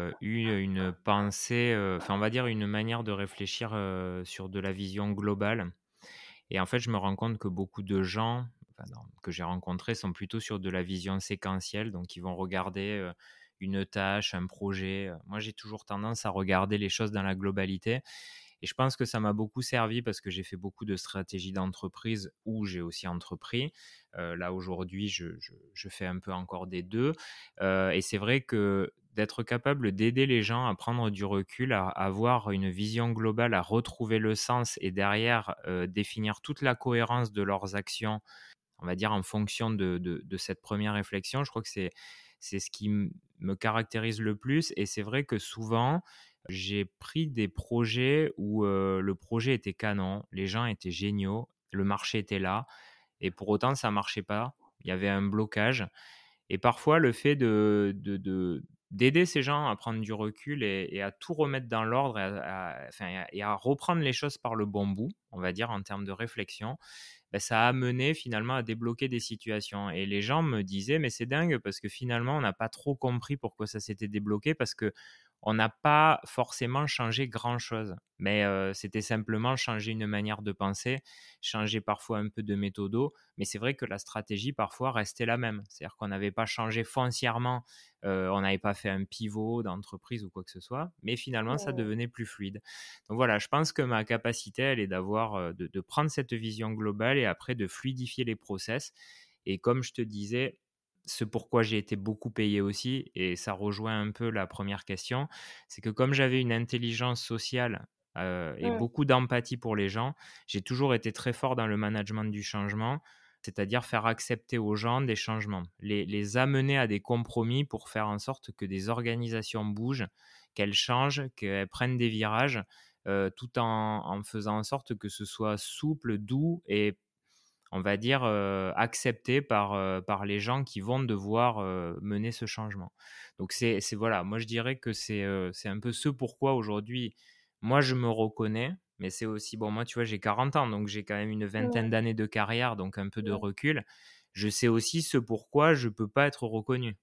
eu une pensée, enfin, on va dire une manière de réfléchir, sur de la vision globale. Et en fait, je me rends compte que beaucoup de gens, enfin non, que j'ai rencontrés sont plutôt sur de la vision séquentielle. Donc ils vont regarder, une tâche, un projet. Moi, j'ai toujours tendance à regarder les choses dans la globalité, et je pense que ça m'a beaucoup servi parce que j'ai fait beaucoup de stratégies d'entreprise où j'ai aussi entrepris. Là, aujourd'hui, je fais un peu encore des 2, et c'est vrai que d'être capable d'aider les gens à prendre du recul, à avoir une vision globale, à retrouver le sens et derrière, définir toute la cohérence de leurs actions, on va dire en fonction de cette première réflexion. Je crois que c'est ce qui me caractérise le plus, et c'est vrai que souvent, j'ai pris des projets où, le projet était canon, les gens étaient géniaux, le marché était là, et pour autant ça marchait pas. Il y avait un blocage, et parfois le fait d'aider ces gens à prendre du recul et à tout remettre dans l'ordre, et à reprendre les choses par le bon bout, on va dire en termes de réflexion, bah, ça a amené finalement à débloquer des situations, et les gens me disaient: «Mais c'est dingue parce que finalement on n'a pas trop compris pourquoi ça s'était débloqué parce que on n'a pas forcément changé grand-chose, mais c'était simplement changer une manière de penser, changer parfois un peu de méthodo, mais c'est vrai que la stratégie parfois restait la même. C'est-à-dire qu'on n'avait pas changé foncièrement, on n'avait pas fait un pivot d'entreprise ou quoi que ce soit, mais finalement ça Mmh. devenait plus fluide. Donc voilà, je pense que ma capacité, elle est d'avoir, de prendre cette vision globale et après de fluidifier les process. Et comme je te disais, ce pourquoi j'ai été beaucoup payé aussi, et ça rejoint un peu la première question, c'est que comme j'avais une intelligence sociale, et Mmh. beaucoup d'empathie pour les gens, j'ai toujours été très fort dans le management du changement, c'est-à-dire faire accepter aux gens des changements, les amener à des compromis pour faire en sorte que des organisations bougent, qu'elles changent, qu'elles prennent des virages, tout en faisant en sorte que ce soit souple, doux et on va dire, accepté par les gens qui vont devoir, mener ce changement. Donc c'est voilà, moi je dirais que c'est un peu ce pourquoi aujourd'hui, moi je me reconnais, Mais c'est aussi, bon, moi, tu vois, j'ai 40 ans, donc j'ai quand même une vingtaine Ouais, d'années de carrière, donc un peu de ouais, recul. Je sais aussi ce pourquoi je peux pas être reconnu.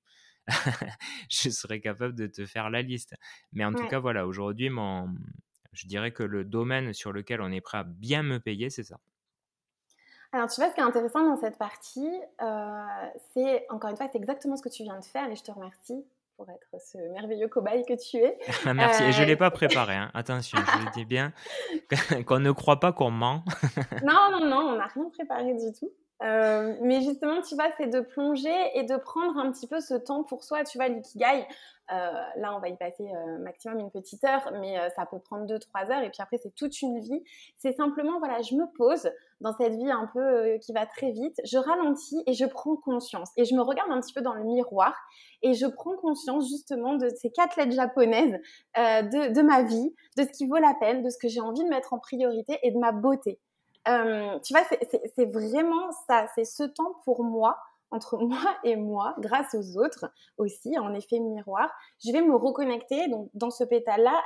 Je serais capable de te faire la liste. Mais en tout ouais. cas, voilà, aujourd'hui, je dirais que le domaine sur lequel on est prêt à bien me payer, c'est ça. Alors, tu vois, ce qui est intéressant dans cette partie, c'est encore une fois, c'est exactement ce que tu viens de faire et je te remercie pour être ce merveilleux cobaye que tu es. Merci. Et je l'ai pas préparé, hein. Attention, je le dis bien, qu'on ne croit pas qu'on ment. Non, non, non, on n'a rien préparé du tout. Mais justement, tu vois, c'est de plonger et de prendre un petit peu ce temps pour soi. Tu vois, l'ikigai, là, on va y passer maximum une petite heure, mais ça peut prendre 2, 3 heures. Et puis après, c'est toute une vie. C'est simplement, voilà, je me pose dans cette vie un peu qui va très vite. Je ralentis et je prends conscience. Et je me regarde un petit peu dans le miroir et je prends conscience justement de ces 4 lettres japonaises, de ma vie, de ce qui vaut la peine, de ce que j'ai envie de mettre en priorité et de ma beauté. Tu vois, c'est vraiment ça, c'est ce temps pour moi, entre moi et moi, grâce aux autres aussi, en effet miroir. Je vais me reconnecter donc dans ce pétale-là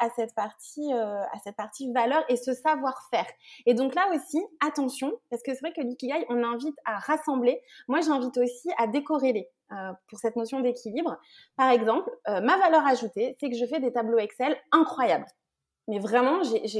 à cette partie valeur et ce savoir-faire. Et donc là aussi, attention, parce que c'est vrai que l'ikigai, on invite à rassembler. Moi, j'invite aussi à décorréler. Pour cette notion d'équilibre. Par exemple, ma valeur ajoutée, c'est que je fais des tableaux Excel incroyables. Mais vraiment,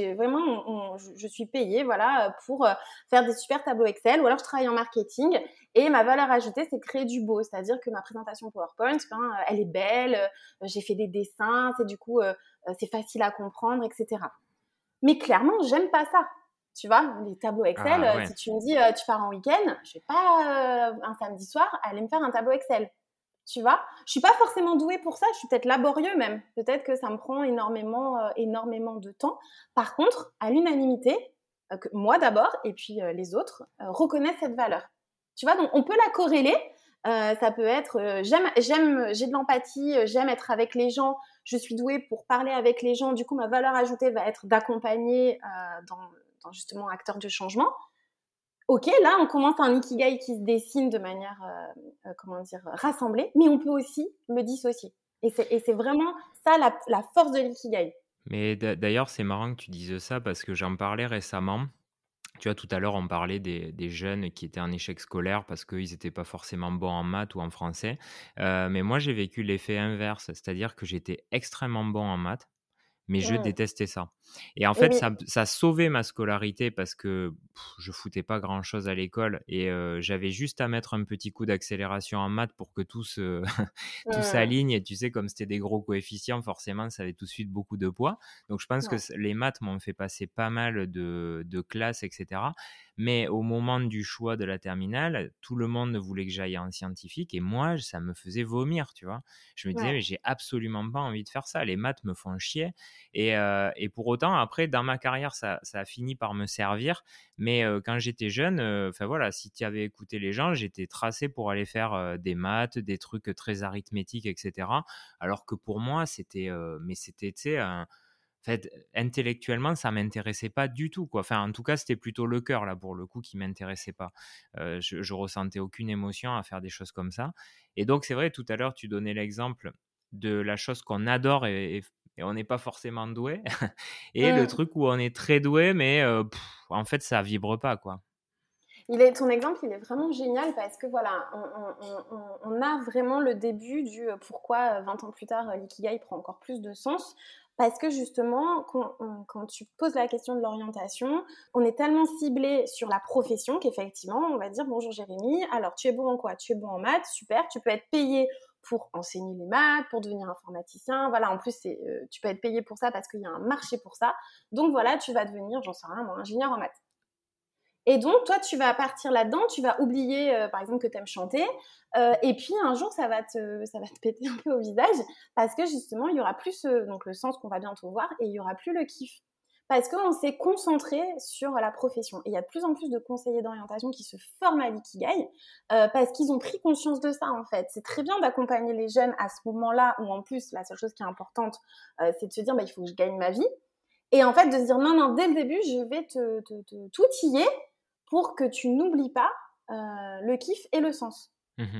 je suis payée voilà, pour faire des super tableaux Excel ou alors je travaille en marketing et ma valeur ajoutée, c'est de créer du beau. C'est-à-dire que ma présentation PowerPoint, elle est belle, j'ai fait des dessins, c'est facile à comprendre, etc. Mais clairement, j'aime pas ça. Tu vois, les tableaux Excel, Ah ouais. si tu me dis tu pars en week-end, je vais pas un samedi soir aller me faire un tableau Excel. Tu vois, je suis pas forcément douée pour ça, je suis peut-être laborieux même. Peut-être que ça me prend énormément de temps. Par contre, à l'unanimité, que moi d'abord et puis les autres reconnaissent cette valeur. Tu vois, donc on peut la corréler. Ça peut être j'ai de l'empathie, j'aime être avec les gens, je suis douée pour parler avec les gens. Du coup, ma valeur ajoutée va être d'accompagner dans justement acteur de changement. Ok, là, on commence un ikigai qui se dessine de manière, comment dire, rassemblée, mais on peut aussi le dissocier. Et c'est vraiment ça la force de l'ikigai. Mais d'ailleurs, c'est marrant que tu dises ça parce que j'en parlais récemment. Tu vois, tout à l'heure, on parlait des jeunes qui étaient en échec scolaire parce qu'ils étaient pas forcément bons en maths ou en français. Mais moi, j'ai vécu l'effet inverse, c'est-à-dire que j'étais extrêmement bon en maths. Mais je Mmh. détestais ça. Et en Et fait, oui, ça sauvait ma scolarité parce que je foutais pas grand-chose à l'école et j'avais juste à mettre un petit coup d'accélération en maths pour que tout se tout mmh, s'aligne et tu sais, comme c'était des gros coefficients, forcément, ça avait tout de suite beaucoup de poids. Donc je pense que ouais, les maths m'ont fait passer pas mal de classes et cetera. Mais au moment du choix de la terminale, tout le monde voulait que j'aille en scientifique et moi, ça me faisait vomir, tu vois? Je me disais: ouais, «Mais j'ai absolument pas envie de faire ça, les maths me font chier». Et pour autant, après, dans ma carrière, ça a fini par me servir. Mais quand j'étais jeune, enfin voilà, si tu avais écouté les gens, j'étais tracé pour aller faire des maths, des trucs très arithmétiques, etc. Alors que pour moi, mais c'était, tu sais, en fait, intellectuellement, ça m'intéressait pas du tout, quoi. Enfin, en tout cas, c'était plutôt le cœur, là, pour le coup, qui m'intéressait pas. Je ressentais aucune émotion à faire des choses comme ça. Et donc, c'est vrai, tout à l'heure, tu donnais l'exemple de la chose qu'on adore et on n'est pas forcément doué. Et le mmh. truc où on est très doué, mais en fait, ça vibre pas, quoi. Ton exemple, il est vraiment génial parce que voilà, on a vraiment le début du pourquoi 20 ans plus tard, l'ikigai prend encore plus de sens. Parce que justement, quand tu poses la question de l'orientation, on est tellement ciblé sur la profession qu'effectivement, on va dire bonjour Jérémy, alors tu es bon en quoi? Tu es bon en maths, super, tu peux être payé pour enseigner les maths, pour devenir informaticien, voilà, en plus tu peux être payé pour ça parce qu'il y a un marché pour ça. Donc voilà, tu vas devenir, j'en sais rien, moi, ingénieur en maths. Et donc, toi, tu vas partir là-dedans, tu vas oublier, par exemple, que tu aimes chanter. Et puis, un jour, ça va te péter un peu au visage parce que justement, il y aura plus donc le sens qu'on va bientôt voir et il y aura plus le kiff. Parce qu'on s'est concentré sur la profession. Et il y a de plus en plus de conseillers d'orientation qui se forment à l'ikigai parce qu'ils ont pris conscience de ça, en fait. C'est très bien d'accompagner les jeunes à ce moment-là où, en plus, la seule chose qui est importante, c'est de se dire, bah, il faut que je gagne ma vie. Et en fait, de se dire, non, non, dès le début, je vais t'outiller pour que tu n'oublies pas le kiff et le sens. Mmh.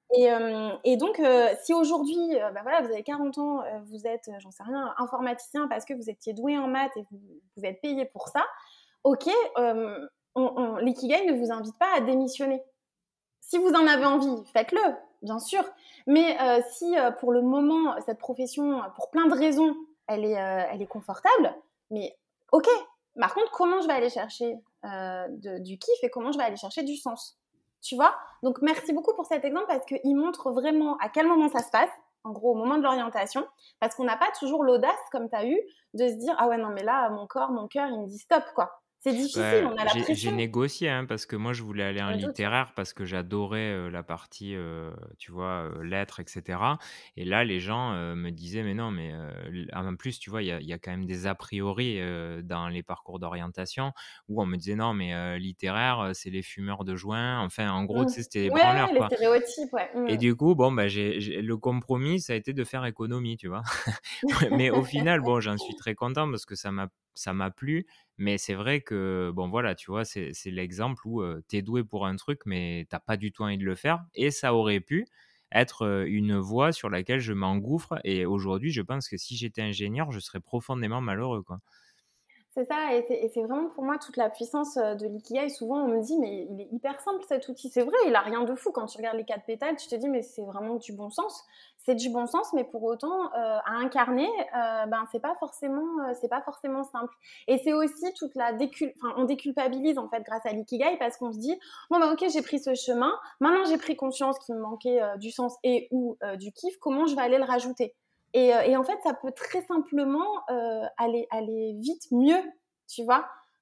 Et donc, si aujourd'hui, voilà, vous avez 40 ans, vous êtes, j'en sais rien, informaticien parce que vous étiez doué en maths et vous pouvez être payé pour ça, ok, l'ikigai ne vous invite pas à démissionner. Si vous en avez envie, faites-le, bien sûr. Mais si pour le moment, cette profession, pour plein de raisons, elle est confortable, mais ok. Par contre, comment je vais aller chercher du kiff et comment je vais aller chercher du sens? Tu vois? Donc, merci beaucoup pour cet exemple parce qu'il montre vraiment à quel moment ça se passe, en gros, au moment de l'orientation, parce qu'on n'a pas toujours l'audace, comme tu as eu, de se dire « Ah ouais, non, mais là, mon corps, mon cœur, il me dit stop, quoi. » C'est difficile, Bah, on a la j'ai pression. négocié, hein, parce que moi je voulais aller Je en me doute. littéraire parce que j'adorais, la partie, tu vois, lettres et cetera et là les gens, me disaient: «Mais non, mais» l en plus, tu vois, il y a quand même des a priori, dans les parcours d'orientation où on me disait: «Non, mais littéraire, c'est les fumeurs de joint». Enfin, en gros, tu sais, c'était les Ouais, ouais, branleurs, les quoi stéréotypes, ouais. et du coup, bon, bah, j'ai le compromis, ça a été de faire économie, tu vois? Mais au final, bon, j'en suis très content parce que ça m'a plu, mais c'est vrai que, bon, voilà, tu vois, c'est l'exemple où, tu es doué pour un truc, mais tu pas du tout envie de le faire et ça aurait pu être, une voie sur laquelle je m'engouffre et aujourd'hui, je pense que si j'étais ingénieur, je serais profondément malheureux, quoi. C'est ça, et c'est vraiment pour moi toute la puissance de l'ikigai. Souvent, on me dit, mais il est hyper simple cet outil. C'est vrai, il a rien de fou. Quand tu regardes les 4 pétales, tu te dis, mais c'est vraiment du bon sens. C'est du bon sens, mais pour autant, à incarner, ben, c'est pas forcément simple. Et c'est aussi toute enfin, on déculpabilise en fait grâce à l'ikigai parce qu'on se dit, bon, bah, ok, j'ai pris ce chemin. Maintenant, j'ai pris conscience qu'il me manquait du sens et ou du kiff. Comment je vais aller le rajouter? Et en fait, ça peut très simplement aller vite mieux, tu vois.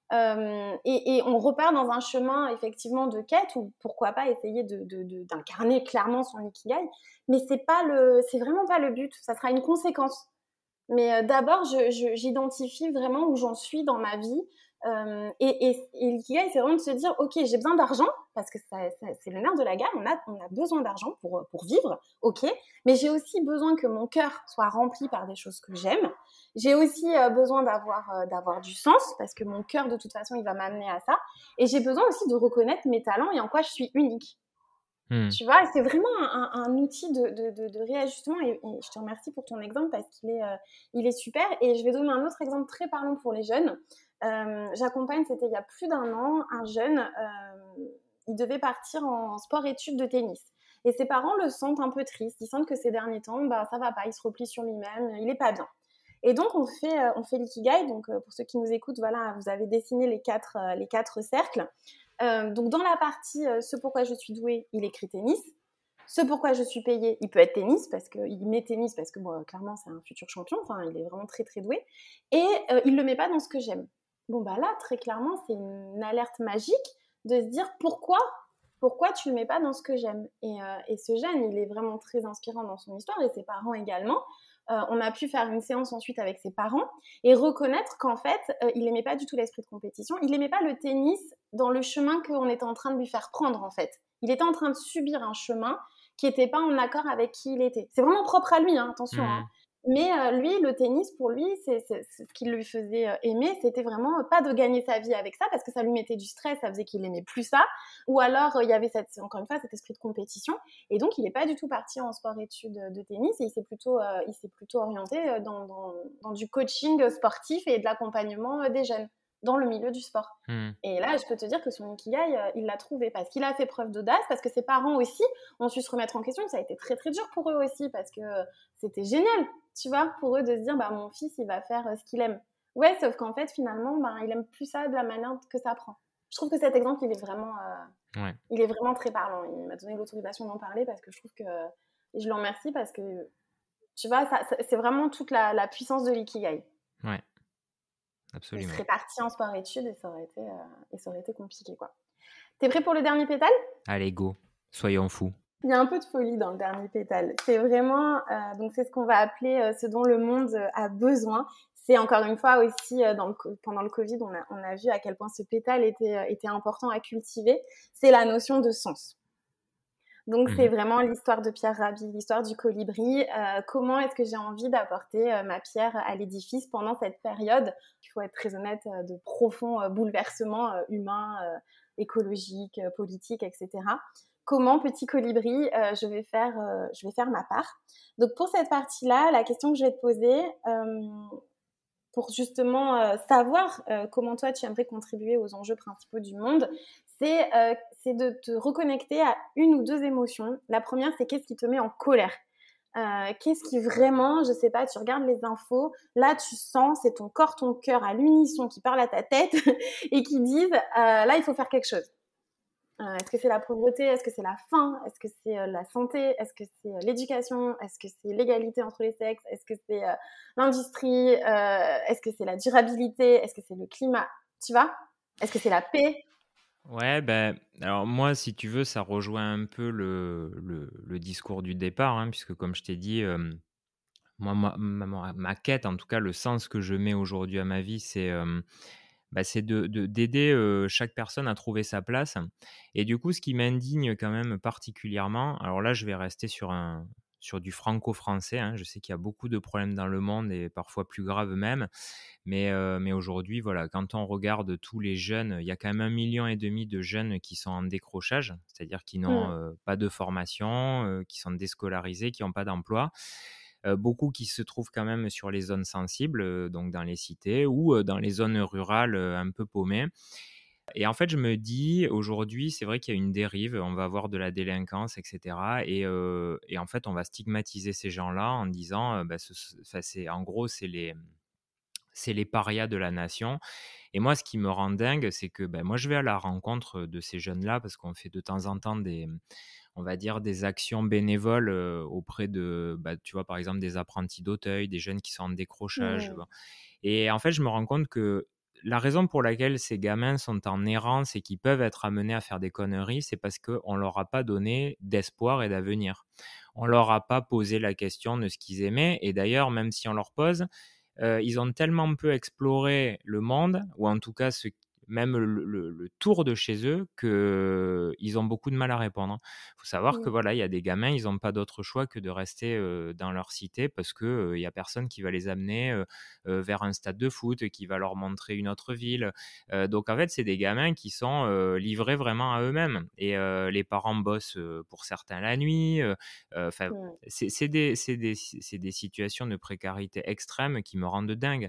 Et on repart dans un chemin effectivement de quête ou pourquoi pas essayer d'incarner clairement son ikigai. Mais c'est vraiment pas le but. Ça sera une conséquence. Mais d'abord, j'identifie vraiment où j'en suis dans ma vie. Et l'ikigai, c'est vraiment de se dire, ok, j'ai besoin d'argent, parce que c'est le nerf de la guerre, on a besoin d'argent pour vivre, ok, mais j'ai aussi besoin que mon cœur soit rempli par des choses que j'aime. J'ai aussi besoin d'avoir du sens, parce que mon cœur, de toute façon, il va m'amener à ça. Et j'ai besoin aussi de reconnaître mes talents et en quoi je suis unique. Mmh. Tu vois, c'est vraiment un outil de réajustement et je te remercie pour ton exemple parce il est super. Et je vais donner un autre exemple très parlant pour les jeunes. J'accompagne, c'était il y a plus d'1 an, un jeune, il devait partir en sport-études de tennis. Et ses parents le sentent un peu triste. Ils sentent que ces derniers temps, bah, ça va pas, il se replie sur lui-même, il est pas bien. Et donc, on fait l'ikigai. Donc, pour ceux qui nous écoutent, voilà, vous avez dessiné les quatre cercles. Donc, dans la partie ce pourquoi je suis douée, il écrit tennis. Ce pourquoi je suis payée, il peut être tennis, parce qu'il met tennis, parce que bon, clairement, c'est un futur champion. Enfin, il est vraiment très, très doué. Et il ne le met pas dans ce que j'aime. Bon, bah là, très clairement, c'est une alerte magique de se dire pourquoi tu ne le mets pas dans ce que j'aime. Et ce jeune, il est vraiment très inspirant dans son histoire, et ses parents également. On a pu faire une séance ensuite avec ses parents et reconnaître qu'en fait, il n'aimait pas du tout l'esprit de compétition. Il n'aimait pas le tennis dans le chemin qu'on était en train de lui faire prendre, en fait. Il était en train de subir un chemin qui n'était pas en accord avec qui il était. C'est vraiment propre à lui, hein, attention. Hein. Mmh. Mais lui, le tennis, pour lui, c'est ce qui lui faisait aimer, c'était vraiment pas de gagner sa vie avec ça, parce que ça lui mettait du stress, ça faisait qu'il aimait plus ça. Ou alors, il y avait encore une fois, cet esprit de compétition. Et donc, il n'est pas du tout parti en sport-études de tennis, et il s'est plutôt orienté dans du coaching sportif et de l'accompagnement des jeunes dans le milieu du sport. Mmh. Et là, je peux te dire que son ikigai, il l'a trouvé parce qu'il a fait preuve d'audace, parce que ses parents aussi ont su se remettre en question. Ça a été très, très dur pour eux aussi, parce que c'était génial, tu vois, pour eux de se dire, bah, mon fils, il va faire ce qu'il aime. Ouais, sauf qu'en fait, finalement, bah, il aime plus ça de la manière que ça prend. Je trouve que cet exemple, Ouais. il est vraiment très parlant. Il m'a donné l'autorisation d'en parler parce que je trouve que, et je le remercie parce que, tu vois, c'est vraiment toute la puissance de l'ikigai. Ouais. Il Absolument. serait parti en sport-études et ça aurait été compliqué, quoi. T'es prêt pour le dernier pétale? Allez, go, soyons fous. Il y a un peu de folie dans le dernier pétale. C'est vraiment, donc c'est ce qu'on va appeler ce dont le monde a besoin. C'est encore une fois aussi, pendant le Covid, on a vu à quel point ce pétale était important à cultiver. C'est la notion de sens. Donc, c'est Mmh. vraiment l'histoire de Pierre Rabhi, l'histoire du colibri. Comment est-ce que j'ai envie d'apporter ma pierre à l'édifice pendant cette période, il faut être très honnête, de profonds bouleversements humains, écologiques, politiques, etc. comment, petit colibri, je vais faire ma part. Donc pour cette partie-là, la question que je vais te poser, pour justement savoir comment toi tu aimerais contribuer aux enjeux principaux du monde, c'est de te reconnecter à une ou deux émotions. La première, c'est qu'est-ce qui te met en colère. Qu'est-ce qui vraiment, je sais pas, tu regardes les infos, là tu sens, c'est ton corps, ton cœur à l'unisson qui parle à ta tête et qui disent là il faut faire quelque chose. Est-ce que c'est la pauvreté? Est-ce que c'est la faim? Est-ce que c'est la santé? Est-ce que c'est l'éducation? Est-ce que c'est l'égalité entre les sexes? Est-ce que c'est l'industrie? Est-ce que c'est la durabilité? Est-ce que c'est le climat? Tu vois? Est-ce que c'est la paix? Ouais, ben, alors moi, si tu veux, ça rejoint un peu le discours du départ, hein, puisque comme je t'ai dit, moi, ma quête, en tout cas, le sens que je mets aujourd'hui à ma vie, c'est d'aider chaque personne à trouver sa place. Et du coup, ce qui m'indigne quand même particulièrement, alors là, je vais rester sur du franco-français, hein. Je sais qu'il y a beaucoup de problèmes dans le monde et parfois plus graves même. Mais aujourd'hui, voilà, quand on regarde tous les jeunes, il y a quand même 1,5 million de jeunes qui sont en décrochage, c'est-à-dire qui n'ont Mm. pas de formation, qui sont déscolarisés, qui n'ont pas d'emploi. Beaucoup qui se trouvent quand même sur les zones sensibles, donc dans les cités ou dans les zones rurales un peu paumées. Et en fait, je me dis, aujourd'hui, c'est vrai qu'il y a une dérive, on va avoir de la délinquance, etc. Et en fait, on va stigmatiser ces gens-là en disant, en gros, c'est les parias de la nation. Et moi, ce qui me rend dingue, c'est que moi, je vais à la rencontre de ces jeunes-là parce qu'on fait de temps en temps on va dire, des actions bénévoles auprès de, tu vois, par exemple, des apprentis d'Auteuil, des jeunes qui sont en décrochage. Mm. Et en fait, je me rends compte que la raison pour laquelle ces gamins sont en errance et qui peuvent être amenés à faire des conneries, c'est parce qu'on ne leur a pas donné d'espoir et d'avenir. On ne leur a pas posé la question de ce qu'ils aimaient. Et d'ailleurs, même si on leur pose, ils ont tellement peu exploré le monde, ou en tout cas même le tour de chez eux, qu'ils ont beaucoup de mal à répondre. Il faut savoir que Mm. voilà, il y a des gamins, ils n'ont pas d'autre choix que de rester dans leur cité parce qu'il n'y a personne qui va les amener vers un stade de foot, qui va leur montrer une autre ville. Donc en fait, c'est des gamins qui sont livrés vraiment à eux-mêmes. Et les parents bossent pour certains la nuit. Enfin, Mm. c'est des situations de précarité extrême qui me rendent dingue.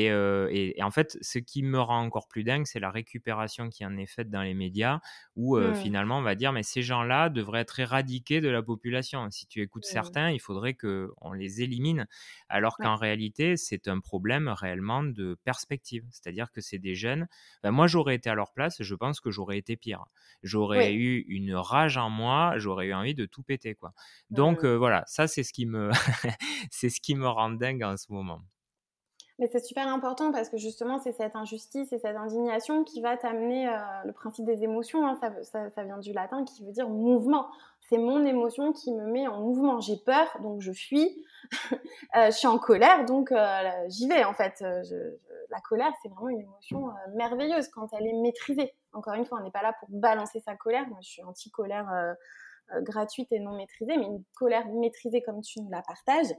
Et en fait, ce qui me rend encore plus dingue, c'est la récupération qui en est faite dans les médias, où Mm. finalement, on va dire, mais ces gens-là devraient être éradiqués de la population. Si tu écoutes Mm. certains, il faudrait qu'on les élimine, alors Ouais. qu'en réalité, c'est un problème réellement de perspective. C'est-à-dire que c'est des jeunes. Moi, j'aurais été à leur place, je pense que j'aurais été pire. J'aurais Oui. eu une rage en moi, j'aurais eu envie de tout péter, quoi. Donc Mm. voilà, ça c'est ce qui me c'est ce qui me rend dingue en ce moment. Mais c'est super important parce que justement, c'est cette injustice et cette indignation qui va t'amener le principe des émotions. Hein, ça vient du latin qui veut dire mouvement. C'est mon émotion qui me met en mouvement. J'ai peur, donc je fuis. Je suis en colère, donc j'y vais en fait. La colère, c'est vraiment une émotion merveilleuse quand elle est maîtrisée. Encore une fois, on n'est pas là pour balancer sa colère. Moi, je suis anti-colère gratuite et non maîtrisée, mais une colère maîtrisée comme tu nous la partages,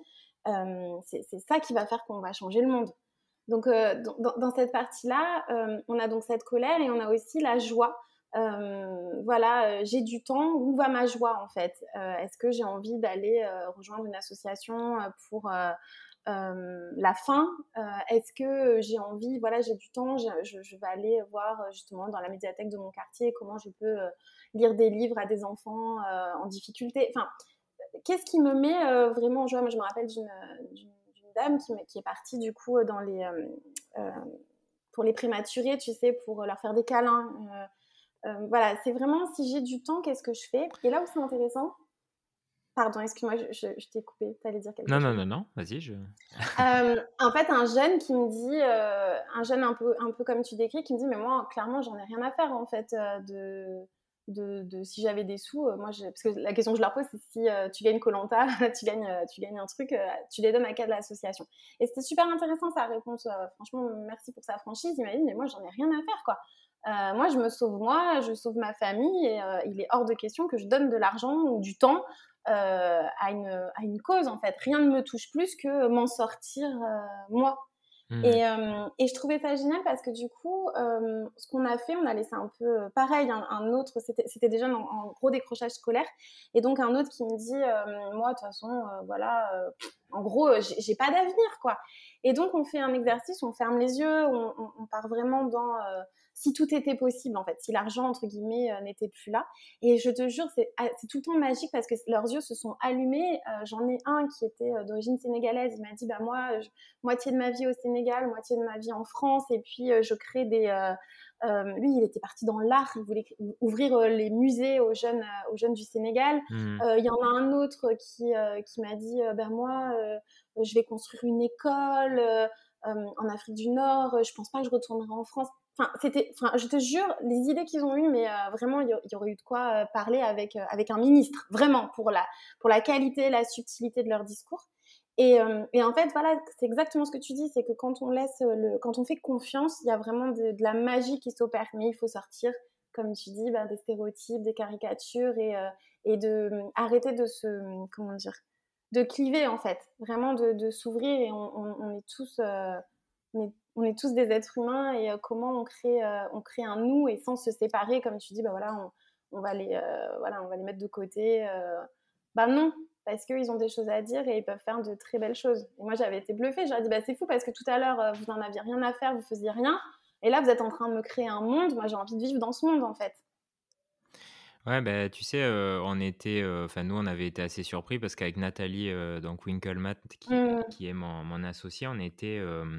c'est ça qui va faire qu'on va changer le monde. Donc, dans cette partie-là, on a donc cette colère et on a aussi la joie. Voilà, j'ai du temps, où va ma joie en fait? Est-ce que j'ai envie d'aller rejoindre une association pour la faim? Est-ce que j'ai envie, voilà, j'ai du temps, je vais aller voir justement dans la médiathèque de mon quartier comment je peux lire des livres à des enfants en difficulté. Enfin, qu'est-ce qui me met vraiment en joie? Moi, je me rappelle d'une dame qui est partie du coup euh, pour les prématurés, tu sais, pour leur faire des câlins. Voilà, c'est vraiment si j'ai du temps, qu'est-ce que je fais? Et là où c'est intéressant, pardon, excuse-moi, je t'ai coupé, tu allais dire quelque Non, non, chose. non, non, vas-y, je En fait, un jeune qui me dit, un jeune un peu comme tu décris, qui me dit, mais moi, clairement, j'en ai rien à faire en fait de si j'avais des sous, moi, parce que la question que je leur pose, c'est si tu gagnes koh tu gagnes un truc, tu les donnes à quelle de l'association. Et c'était super intéressant sa réponse. Franchement, merci pour sa franchise. Il m'a dit, mais moi, j'en ai rien à faire, quoi. Moi, je me sauve moi, je sauve ma famille, et il est hors de question que je donne de l'argent ou du temps à une cause en fait. Rien ne me touche plus que m'en sortir moi. Mmh. Et je trouvais ça génial parce que du coup, ce qu'on a fait, on a laissé un peu pareil, un autre, c'était déjà en gros décrochage scolaire. Et donc un autre qui me dit, moi de toute façon, voilà, en gros, j'ai pas d'avenir, quoi. Et donc on fait un exercice, on ferme les yeux, on part vraiment dans si tout était possible, en fait, si l'argent, entre guillemets, n'était plus là. Et je te jure, c'est tout le temps magique parce que leurs yeux se sont allumés. J'en ai un qui était d'origine sénégalaise, il m'a dit, bah moi, moitié de ma vie au Sénégal, moitié de ma vie en France, et puis je crée lui, il était parti dans l'art, il voulait ouvrir les musées aux jeunes du Sénégal. Mmh. Il y en a un autre qui m'a dit, ben moi, je vais construire une école en Afrique du Nord, je pense pas que je retournerai en France. Enfin, je te jure, les idées qu'ils ont eues, mais vraiment, il y aurait eu de quoi parler avec un ministre, vraiment, pour la qualité, la subtilité de leur discours. Et en fait, voilà, c'est exactement ce que tu dis, c'est que quand on fait confiance, il y a vraiment de la magie qui s'opère. Mais il faut sortir, comme tu dis, ben, des stéréotypes, des caricatures et arrêter comment dire, de cliver en fait, vraiment de s'ouvrir et on est tous des êtres humains et comment on crée un nous et sans se séparer, comme tu dis, bah voilà, voilà, on va les mettre de côté. Bah non, parce qu'ils ont des choses à dire et ils peuvent faire de très belles choses. Et moi, j'avais été bluffée. J'aurais dit, bah, c'est fou parce que tout à l'heure, vous n'en aviez rien à faire, vous faisiez rien. Et là, vous êtes en train de me créer un monde. Moi, j'ai envie de vivre dans ce monde, en fait. Ouais, bah, tu sais, on était, enfin nous, on avait été assez surpris parce qu'avec Nathalie, donc Winkelmatt Mmh. qui est mon associée, on était,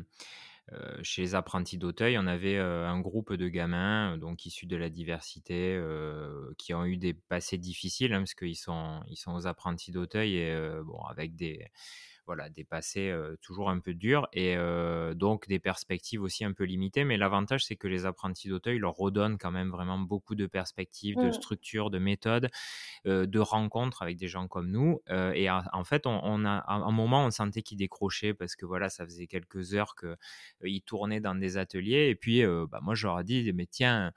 chez les apprentis d'Auteuil. On avait, un groupe de gamins, donc issus de la diversité, qui ont eu des passés difficiles, hein, parce qu'ils sont aux apprentis d'Auteuil et bon, avec des passés, toujours un peu durs et donc des perspectives aussi un peu limitées. Mais l'avantage, c'est que les apprentis d'Auteuil leur redonnent quand même vraiment beaucoup de perspectives, de Mmh. structures, de méthodes, de rencontres avec des gens comme nous. Et en fait, on a à un moment, on sentait qu'ils décrochaient parce que voilà, ça faisait quelques heures qu'ils tournaient dans des ateliers. Et puis, bah, moi, je leur ai dit, mais tiens,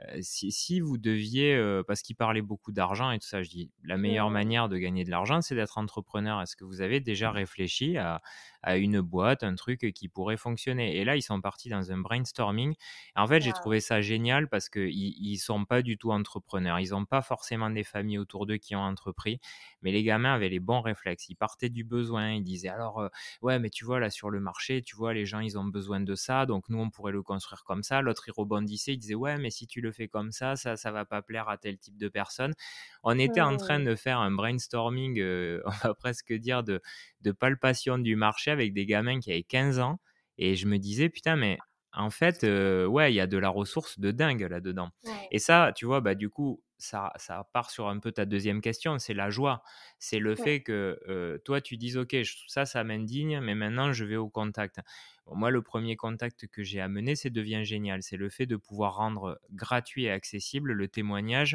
si vous deviez, parce qu'ils parlaient beaucoup d'argent et tout ça, je dis, la meilleure Mmh. manière de gagner de l'argent, c'est d'être entrepreneur. Est-ce que vous avez déjà réfléchi à une boîte, un truc qui pourrait fonctionner? Et là, ils sont partis dans un brainstorming. Et en fait, j'ai Waouh. trouvé ça génial parce qu'ils ne sont pas du tout entrepreneurs. Ils n'ont pas forcément des familles autour d'eux qui ont entrepris, mais les gamins avaient les bons réflexes. Ils partaient du besoin. Ils disaient, alors, ouais, mais tu vois, là, sur le marché, tu vois, les gens, ils ont besoin de ça, donc nous, on pourrait le construire comme ça. L'autre, il rebondissait, il disait, ouais, mais si tu le fais comme ça va pas plaire à tel type de personne. On était en train Mmh. de faire un brainstorming, on va presque dire, de palpation du marché avec des gamins qui avaient 15 ans. Et je me disais, putain, mais en fait, ouais, il y a de la ressource de dingue là-dedans. Ouais. Et ça, tu vois, bah, du coup, ça part sur un peu ta deuxième question, c'est la joie. C'est le Ouais. fait que toi, tu dises, OK, ça m'indigne, mais maintenant, je vais au contact. Bon, moi, le premier contact que j'ai amené, c'est Devient Génial. C'est le fait de pouvoir rendre gratuit et accessible le témoignage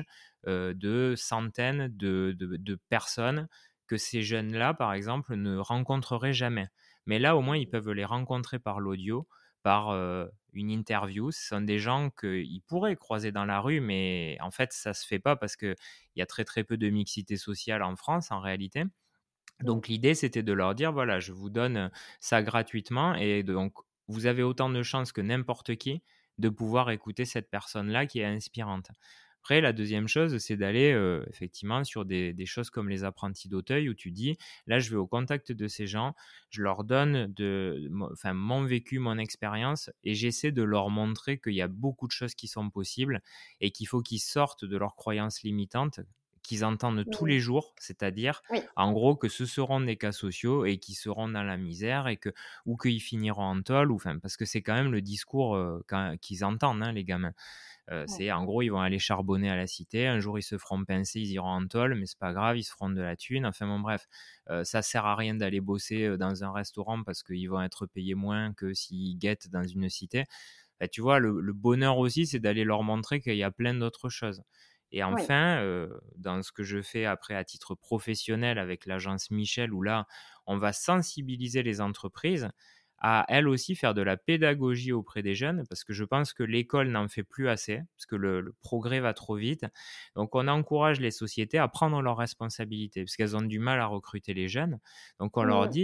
de centaines de personnes que ces jeunes-là, par exemple, ne rencontreraient jamais. Mais là, au moins, ils peuvent les rencontrer par l'audio, par une interview. Ce sont des gens qu'ils pourraient croiser dans la rue, mais en fait, ça se fait pas parce qu'il y a très très peu de mixité sociale en France en réalité. Mmh. Donc l'idée, c'était de leur dire, voilà, je vous donne ça gratuitement et donc vous avez autant de chances que n'importe qui de pouvoir écouter cette personne-là qui est inspirante. Après, la deuxième chose, c'est d'aller effectivement sur des choses comme les apprentis d'Auteuil où tu dis, là, je vais au contact de ces gens, je leur donne enfin, mon vécu, mon expérience et j'essaie de leur montrer qu'il y a beaucoup de choses qui sont possibles et qu'il faut qu'ils sortent de leurs croyances limitantes qu'ils entendent tous Mmh. les jours, c'est-à-dire Oui. en gros que ce seront des cas sociaux et qui seront dans la misère et que ou qu'ils finiront en tôle ou enfin parce que c'est quand même le discours qu'ils entendent hein, les gamins. Ouais. C'est en gros ils vont aller charbonner à la cité, un jour ils se feront pincer, ils iront en tôle, mais c'est pas grave, ils se feront de la thune. Enfin bon bref, ça sert à rien d'aller bosser dans un restaurant parce qu'ils vont être payés moins que s'ils guettent dans une cité. Bah, tu vois, le bonheur aussi, c'est d'aller leur montrer qu'il y a plein d'autres choses. Et Oui. enfin, dans ce que je fais après à titre professionnel avec l'agence Michel, où là, on va sensibiliser les entreprises à elles aussi faire de la pédagogie auprès des jeunes, parce que je pense que l'école n'en fait plus assez, parce que le progrès va trop vite. Donc, on encourage les sociétés à prendre leurs responsabilités, parce qu'elles ont du mal à recruter les jeunes. Donc, on leur Mmh. dit,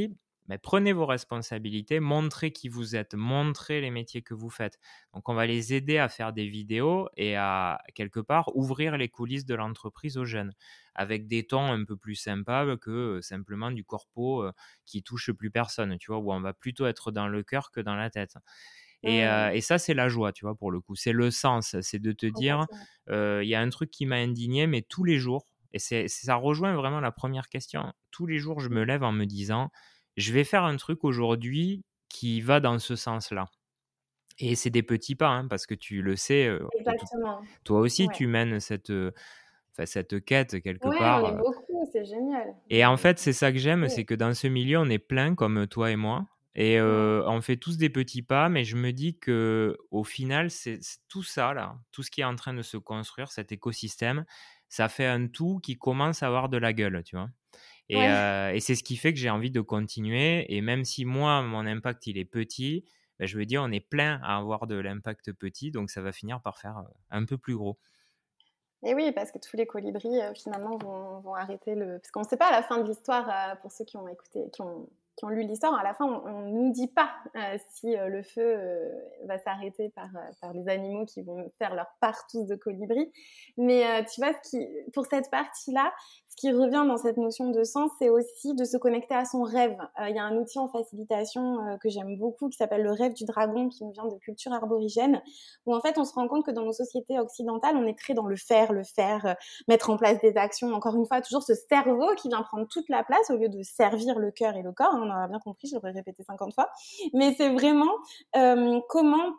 mais prenez vos responsabilités, montrez qui vous êtes, montrez les métiers que vous faites. Donc, on va les aider à faire des vidéos et à, quelque part, ouvrir les coulisses de l'entreprise aux jeunes, avec des tons un peu plus sympas que simplement du corpo qui touche plus personne, tu vois, où on va plutôt être dans le cœur que dans la tête. Et ça, c'est la joie, tu vois, pour le coup. C'est le sens, c'est de te dire, Complètement. il y a un truc qui m'a indigné, mais tous les jours, et ça rejoint vraiment la première question. Tous les jours, je me lève en me disant, je vais faire un truc aujourd'hui qui va dans ce sens-là. Et c'est des petits pas, hein, parce que tu le sais, Exactement. toi aussi, Ouais. tu mènes cette quête quelque Ouais, on part. est beaucoup, c'est génial. Et en fait, c'est ça que j'aime, Ouais. c'est que dans ce milieu, on est plein comme toi et moi et Mmh. on fait tous des petits pas, mais je me dis qu'au final, c'est tout ça là, tout ce qui est en train de se construire, cet écosystème, ça fait un tout qui commence à avoir de la gueule, tu vois? Ouais. Et c'est ce qui fait que j'ai envie de continuer et même si moi, mon impact, il est petit, bah, je veux dire, on est plein à avoir de l'impact petit, donc ça va finir par faire, un peu plus gros. Et oui, parce que tous les colibris, finalement, vont arrêter le parce qu'on ne sait pas à la fin de l'histoire, pour ceux qui ont écouté qui ont lu l'histoire, à la fin, on ne nous dit pas, si, le feu, va s'arrêter par les animaux qui vont faire leur part tous de colibris. Mais, tu vois, pour cette partie-là, ce qui revient dans cette notion de sens, c'est aussi de se connecter à son rêve. Il y a un outil en facilitation, que j'aime beaucoup qui s'appelle le rêve du dragon, qui nous vient de culture aborigène, où en fait, on se rend compte que dans nos sociétés occidentales, on est très dans le faire, mettre en place des actions. Encore une fois, toujours ce cerveau qui vient prendre toute la place au lieu de servir le cœur et le corps. On a bien compris, je l'aurais répété 50 fois. Mais c'est vraiment comment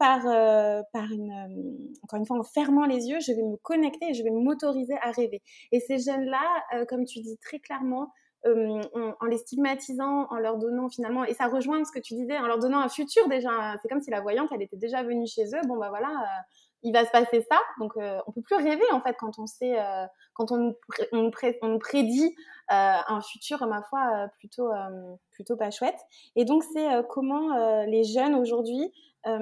encore une fois, en fermant les yeux, je vais me connecter et je vais m'autoriser à rêver. Et ces jeunes-là, comme tu dis très clairement, en les stigmatisant, en leur donnant finalement, et ça rejoint ce que tu disais, en leur donnant un futur déjà. C'est comme si la voyante, elle était déjà venue chez eux. Bon, bah voilà, il va se passer ça. Donc, on peut plus rêver en fait quand on sait, quand on nous prédit un futur, ma foi, plutôt pas chouette. Et donc, c'est comment les jeunes aujourd'hui,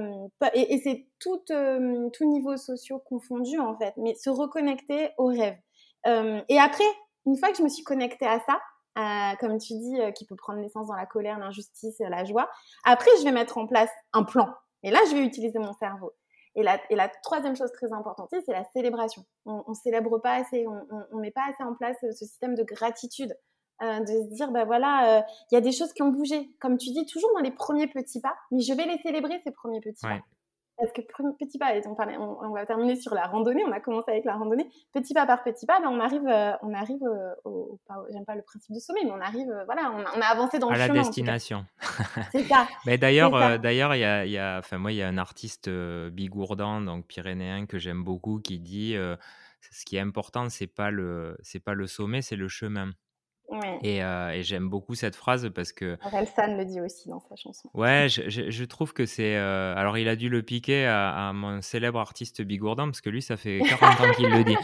et c'est tout niveau sociaux confondu en fait, mais se reconnecter aux rêves. Et après, une fois que je me suis connectée à ça, comme tu dis, qui peut prendre naissance dans la colère, l'injustice, la joie. Après, je vais mettre en place un plan. Et là, je vais utiliser mon cerveau. Et la troisième chose très importante, c'est la célébration. On célèbre pas assez, on met pas assez en place ce système de gratitude, de se dire, bah voilà, il y a des choses qui ont bougé. Comme tu dis, toujours dans les premiers petits pas, mais je vais les célébrer, ces premiers petits pas. Ouais. Parce que petit pas, on va terminer sur la randonnée, on a commencé avec la randonnée, petit pas par petit pas, ben on arrive j'aime pas le principe de sommet, mais on arrive, voilà, on a avancé dans le À la chemin en tout cas. destination. C'est ça, Mais c'est ça. d'ailleurs, enfin moi, il y a un artiste, bigourdan, donc pyrénéen, que j'aime beaucoup, qui dit, «Ce qui est important, c'est pas le sommet, c'est le chemin». Ouais. Et j'aime beaucoup cette phrase parce que Orelsan le dit aussi dans sa chanson. ouais, je trouve que c'est, alors il a dû le piquer à mon célèbre artiste bigourdan parce que lui, ça fait 40 ans qu'il le dit.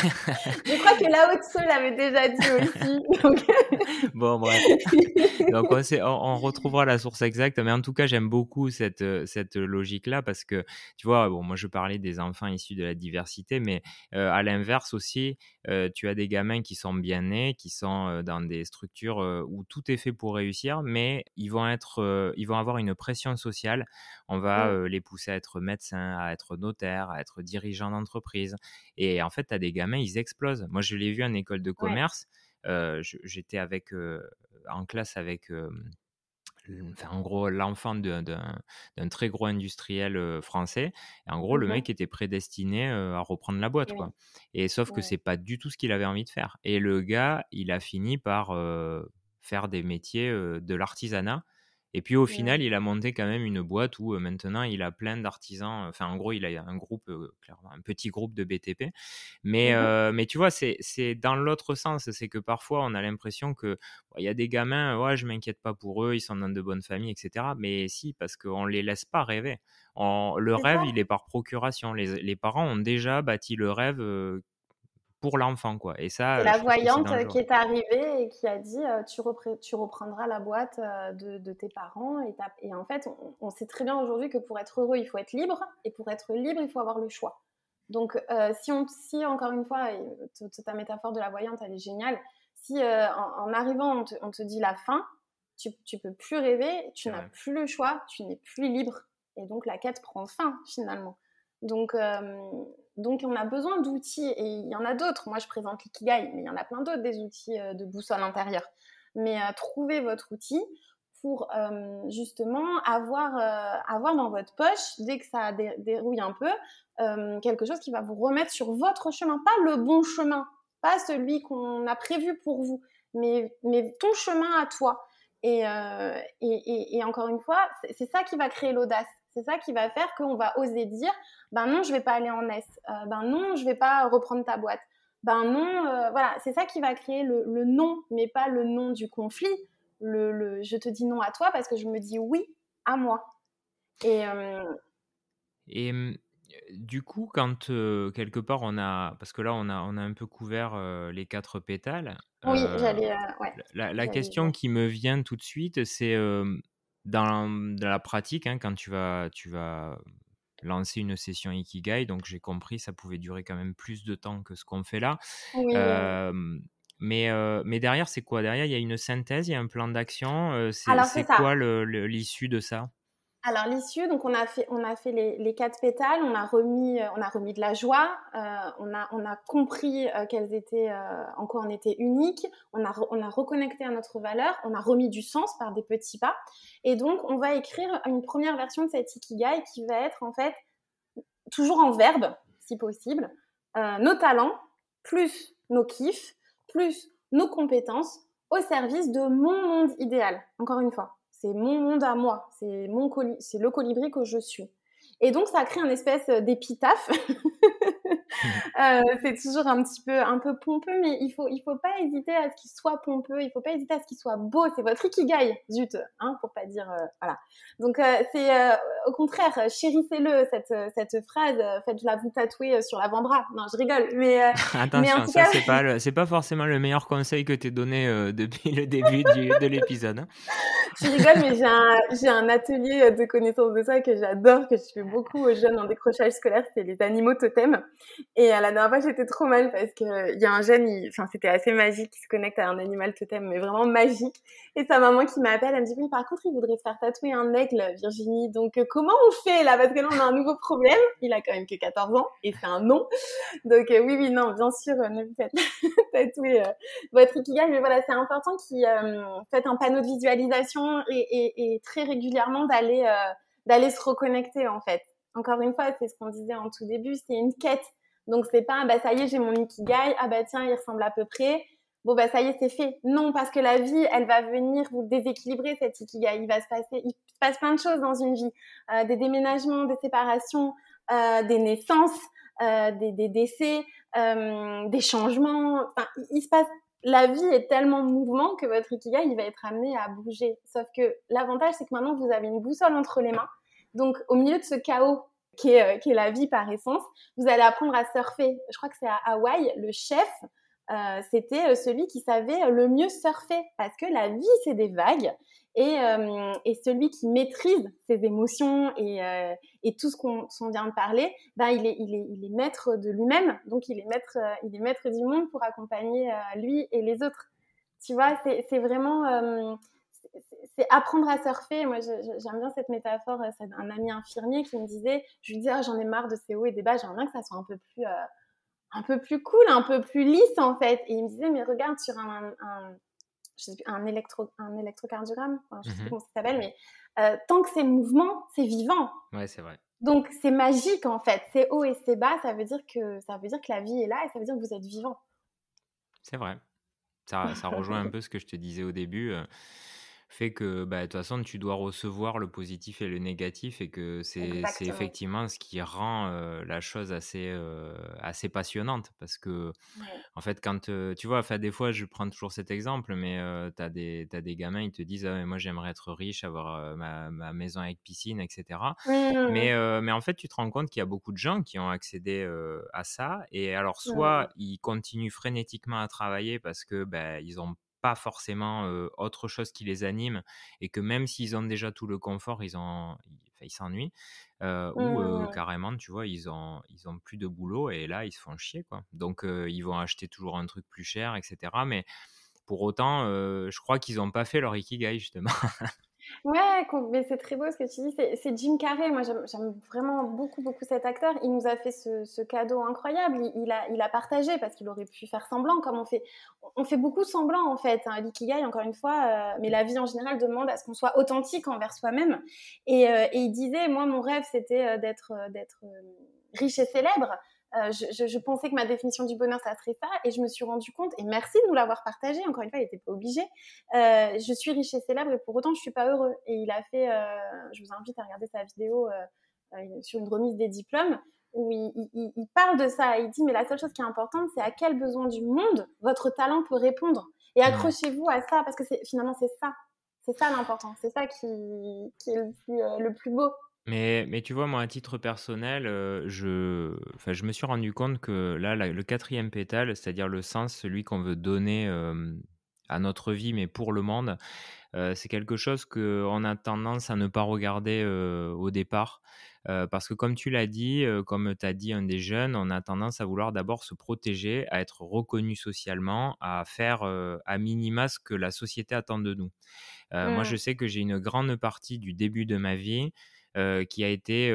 Je crois que Lao Tzu l'avait déjà dit aussi. Donc... Bon bref. Donc on retrouvera la source exacte, mais en tout cas, j'aime beaucoup cette logique-là parce que, tu vois, bon, moi, je parlais des enfants issus de la diversité, mais à l'inverse aussi, tu as des gamins qui sont bien nés, qui sont, dans des structures, où tout est fait pour réussir, mais ils vont avoir une pression sociale. On va, Mm. les pousser à être médecins, à être notaires, à être dirigeants d'entreprise et en fait, tu as des gamins, ils explosent. Moi, je l'ai vu en école de Ouais. commerce, j'étais en classe avec, enfin, en gros, l'enfant d'un très gros industriel, français et en gros, le Mhm. mec était prédestiné, à reprendre la boîte, Oui. quoi et sauf que Ouais. c'est pas du tout ce qu'il avait envie de faire et le gars, il a fini par, faire des métiers, de l'artisanat et puis, au final, Mm. il a monté quand même une boîte où, maintenant, il a plein d'artisans, enfin, en gros, il a un groupe, clairement, un petit groupe de BTP Mhm. mais tu vois, c'est dans l'autre sens. C'est que parfois, on a l'impression que, il y a des gamins, ouais, je m'inquiète pas pour eux, ils sont dans de bonnes familles, et cetera. Mais si, parce qu'on les laisse pas rêver. Le C'est rêve, ça. il est par procuration. Les parents ont déjà bâti le rêve, pour l'enfant, quoi. Et C'est ça, la je trouve que c'est voyante dangereux. qui est arrivée et qui a dit tu reprendras la boîte de tes parents. Et en fait, on sait très bien aujourd'hui que pour être heureux, il faut être libre. Et pour être libre, il faut avoir le choix. Donc, si encore une fois, et ta métaphore de la voyante, elle est géniale, si en arrivant, on te dit la fin, tu peux plus rêver, tu C'est n'as vrai. plus le choix, tu n'es plus libre. Et donc, la quête prend fin, finalement. Donc, on a besoin d'outils, et il y en a d'autres. Moi, je présente l'ikigai, mais il y en a plein d'autres, des outils de boussole intérieure. Mais trouvez votre outil pour justement avoir dans votre poche, dès que ça dérouille un peu, quelque chose qui va vous remettre sur votre chemin, pas le bon chemin, pas celui qu'on a prévu pour vous, mais ton chemin à toi. Et encore une fois, c'est ça qui va créer l'audace. C'est ça qui va faire qu'on va oser dire, ben non, je vais pas aller en S, ben non, je vais pas reprendre ta boîte. Ben non, voilà, c'est ça qui va créer le non, mais pas le non du conflit. Je te dis non à toi parce que je me dis oui à moi. Et Et du coup, quand, quelque part parce que là on a un peu couvert, les 4 pétales, oui, heu, ouais, la j'allais y question venir. qui me vient tout de suite, c'est, dans la pratique, hein, quand tu vas lancer une session Ikigai, donc j'ai compris, ça pouvait durer quand même plus de temps que ce qu'on fait là. Oui, oui. Hem, mais derrière, c'est quoi? Derrière, il y a une synthèse, il y a un plan d'action, Alors c'est c'est ça. quoi l'issue de ça? Alors l'issue, donc on a fait les 4 pétales, on a remis de la joie, on a compris, quelles étaient, en quoi on était unique, on a reconnecté à notre valeur, on a remis du sens par des petits pas, et donc on va écrire une première version de cet ikigai qui va être en fait toujours en verbe, si possible, nos talents, plus nos kiffs, plus nos compétences, au service de mon monde idéal. Encore une fois, c'est mon monde à moi, c'est le colibri que je suis. Et donc, ça crée une espèce d'épitaphe. C'est toujours un peu pompeux, mais il faut pas hésiter à ce qu'il soit pompeux, il faut pas hésiter à ce qu'il soit beau. C'est votre ikigai, zut, hein, pour pas dire, voilà. Donc, c'est au contraire, chérissez-le, cette phrase, faites-la vous tatouer sur l'avant-bras. Non, je rigole, mais en Attention, tout ça cas, c'est pas forcément le meilleur conseil que t'aies donné, depuis le début de l'épisode, hein. je rigole, mais j'ai un atelier de connaissance de ça que j'adore, que je fais beaucoup aux jeunes en décrochage scolaire, c'est les animaux totems. Et la dernière fois, j'étais trop mal parce que il y a un jeune, enfin, c'était assez magique, il se connecte à un animal totem, mais vraiment magique. Et sa maman qui m'appelle, elle me dit, oui, par contre, il voudrait se faire tatouer un aigle, Virginie. Donc, comment on fait là? Parce que là, on a un nouveau problème. Il a quand même que 14 ans et c'est un non. Donc, oui, oui, non, bien sûr, ne vous faites pas tatouer votre ikigai. Mais voilà, c'est important qu'il faites un panneau de visualisation et très régulièrement d'aller se reconnecter, en fait. Encore une fois, c'est ce qu'on disait en tout début, c'est une quête. Donc, c'est pas, bah, ça y est, j'ai mon ikigai. Ah, bah, tiens, il ressemble à peu près. Bon, bah, ça y est, c'est fait. Non, parce que la vie, elle va venir vous déséquilibrer, cet ikigai. Il se passe plein de choses dans une vie. Des déménagements, des séparations, des naissances, des décès, des changements. Enfin, il se passe. La vie est tellement mouvement que votre ikigai, il va être amené à bouger. Sauf que l'avantage, c'est que maintenant, vous avez une boussole entre les mains. Donc, au milieu de ce chaos qui est la vie par essence, vous allez apprendre à surfer. Je crois que c'est à Hawaï, le chef, c'était celui qui savait le mieux surfer, parce que la vie, c'est des vagues. Et celui qui maîtrise ses émotions et tout ce qu'on vient de parler, ben, il est maître de lui-même, donc il est maître du monde pour accompagner lui et les autres. Tu vois, c'est vraiment c'est apprendre à surfer. Moi, j'aime bien cette métaphore. C'est un ami infirmier qui me disait, je lui disais, ah, j'en ai marre de ces hauts et des bas, j'aimerais bien que ça soit un peu plus cool, un peu plus lisse en fait. Et il me disait, mais regarde sur je sais plus, un électrocardiogramme, enfin, je sais plus Mmh. comment ça s'appelle, mais tant que c'est mouvement, c'est vivant. Ouais, c'est vrai. Donc c'est magique en fait. C'est haut et c'est bas, ça veut dire que la vie est là et ça veut dire que vous êtes vivant. C'est vrai. Ça rejoint un peu ce que je te disais au début, fait que, bah, de toute façon, tu dois recevoir le positif et le négatif et que c'est Exactement. effectivement ce qui rend, la chose assez passionnante parce que Ouais. en fait, quand, tu vois, enfin, des fois, je prends toujours cet exemple, mais tu as des gamins, ils te disent: «Ah mais moi, j'aimerais être riche, avoir, ma maison avec piscine» et cetera. Mmh. Mais en fait, tu te rends compte qu'il y a beaucoup de gens qui ont accédé, à ça et alors soit Mmh. ils continuent frénétiquement à travailler parce que, bah, ils ont pas forcément, autre chose qui les anime et que même s'ils ont déjà tout le confort, enfin, ils s'ennuient, ou Mmh. carrément, tu vois, ils ont plus de boulot et là, ils se font chier, quoi. Donc ils vont acheter toujours un truc plus cher et cetera. Mais pour autant, je crois qu'ils n'ont pas fait leur ikigai justement. Ouais, mais c'est très beau ce que tu dis. C'est Jim Carrey. Moi, j'aime vraiment beaucoup, beaucoup cet acteur. Il nous a fait ce cadeau incroyable. Il a partagé parce qu'il aurait pu faire semblant, comme on fait beaucoup semblant en fait. Hein. L'ikigai, encore une fois, mais la vie en général demande à ce qu'on soit authentique envers soi-même. Et il disait, moi, mon rêve, c'était d'être riche et célèbre. Je pensais que ma définition du bonheur, ça serait ça, et je me suis rendu compte, et merci de nous l'avoir partagé, encore une fois, il n'était pas obligé, je suis riche et célèbre, et pour autant, je suis pas heureux. Et il a fait, je vous invite à regarder sa vidéo sur une remise des diplômes, où il parle de ça, il dit, mais la seule chose qui est importante, c'est à quel besoin du monde votre talent peut répondre. Et Mmh. accrochez-vous à ça, parce que finalement, c'est ça l'important, c'est ça qui est le plus beau. Mais tu vois, moi, à titre personnel, je me suis rendu compte que là, le quatrième pétale, c'est-à-dire le sens, celui qu'on veut donner, à notre vie, mais pour le monde, c'est quelque chose qu'on a tendance à ne pas regarder, au départ. Parce que comme tu l'as dit, comme tu as dit un des jeunes, on a tendance à vouloir d'abord se protéger, à être reconnu socialement, à faire, à minima ce que la société attend de nous. Moi, je Mm. sais que j'ai une grande partie du début de ma vie, qui a été,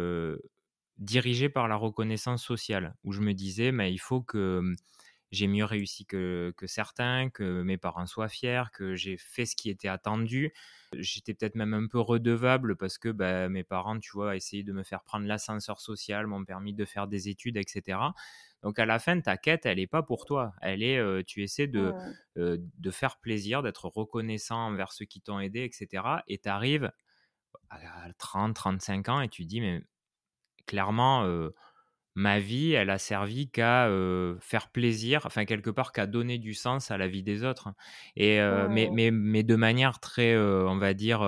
dirigée par la reconnaissance sociale, où je me disais: «Mais il faut que, j'ai mieux réussi que certains, que mes parents soient fiers, que j'ai fait ce qui était attendu». J'étais peut-être même un peu redevable parce que, bah, mes parents, tu vois, essayaient de me faire prendre l'ascenseur social, m'ont permis de faire des études et cetera. Donc à la fin, ta quête, elle est pas pour toi. Elle est, tu essaies Mm. de faire plaisir, d'être reconnaissant envers ceux qui t'ont aidé et cetera, et tu arrives à 30-35 ans et tu dis: «Mais clairement, ma vie, elle a servi qu'à, faire plaisir, enfin quelque part qu'à donner du sens à la vie des autres». Et Mm. mais de manière très, on va dire,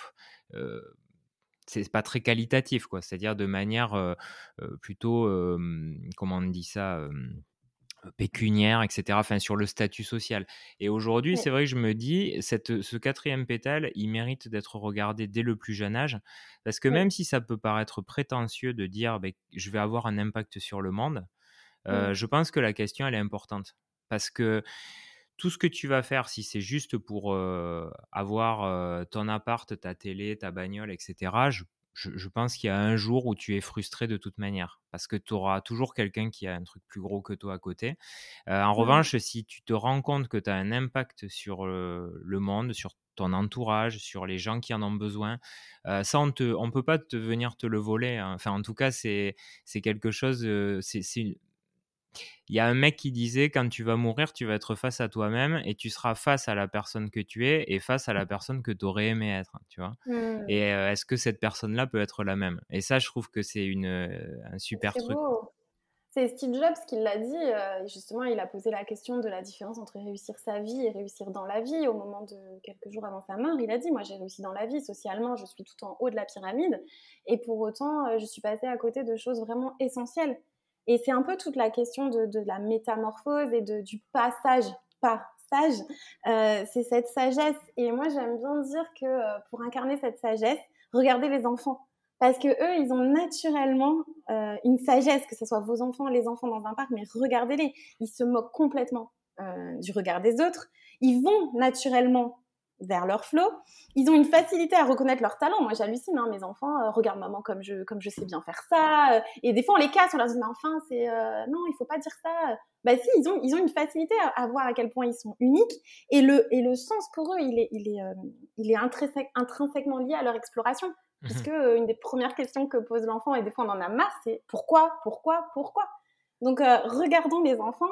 c'est pas très qualitatif quoi. C'est-à-dire de manière, plutôt, comment on dit ça? Pécuniaire et cetera, enfin sur le statut social. Et aujourd'hui, Oui. c'est vrai que je me dis, ce quatrième pétale, il mérite d'être regardé dès le plus jeune âge, parce que Oui. même si ça peut paraître prétentieux de dire: «Beh, je vais avoir un impact sur le monde», Mm. je pense que la question, elle est importante. Parce que tout ce que tu vas faire, si c'est juste pour, avoir, ton appart, ta télé, ta bagnole et cetera, je pense qu'il y a un jour où tu es frustré de toute manière. Parce que tu auras toujours quelqu'un qui a un truc plus gros que toi à côté. En Mm. revanche, si tu te rends compte que tu as un impact sur, le monde, sur ton entourage, sur les gens qui en ont besoin, ça on peut pas venir te le voler, hein. Enfin, en tout cas, c'est quelque chose, c'est il y a un mec qui disait: «Quand tu vas mourir, tu vas être face à toi-même et tu seras face à la personne que tu es et face à la personne que tu aurais aimé être», tu vois? Mm. Et est-ce que cette personne-là peut être la même? Et ça, je trouve que c'est un C'est super très truc, quoi. beau. C'est Steve Jobs qui l'a dit. Justement, il a posé la question de la différence entre réussir sa vie et réussir dans la vie. Au moment de quelques jours avant sa mort, il a dit, moi j'ai réussi dans la vie, socialement, je suis tout en haut de la pyramide. Et pour autant, je suis passée à côté de choses vraiment essentielles. Et c'est un peu toute la question de la métamorphose et du passage par sage. C'est cette sagesse. Et moi, j'aime bien dire que pour incarner cette sagesse, regardez les enfants. Parce que eux, ils ont naturellement une sagesse, que ce soit vos enfants, les enfants dans un parc, mais regardez-les, ils se moquent complètement du regard des autres. Ils vont naturellement vers leur flot. Ils ont une facilité à reconnaître leur talent. Moi, j'hallucine, hein, mes enfants, regarde maman comme je sais bien faire ça. Et des fois, on les casse, on leur dit, mais enfin, non, il faut pas dire ça. Bah si, ils ont une facilité à voir à quel point ils sont uniques. Et le sens pour eux, il est intrinsèquement lié à leur exploration. Puisque une des premières questions que pose l'enfant, et des fois on en a marre, c'est pourquoi, pourquoi, pourquoi. Donc regardons les enfants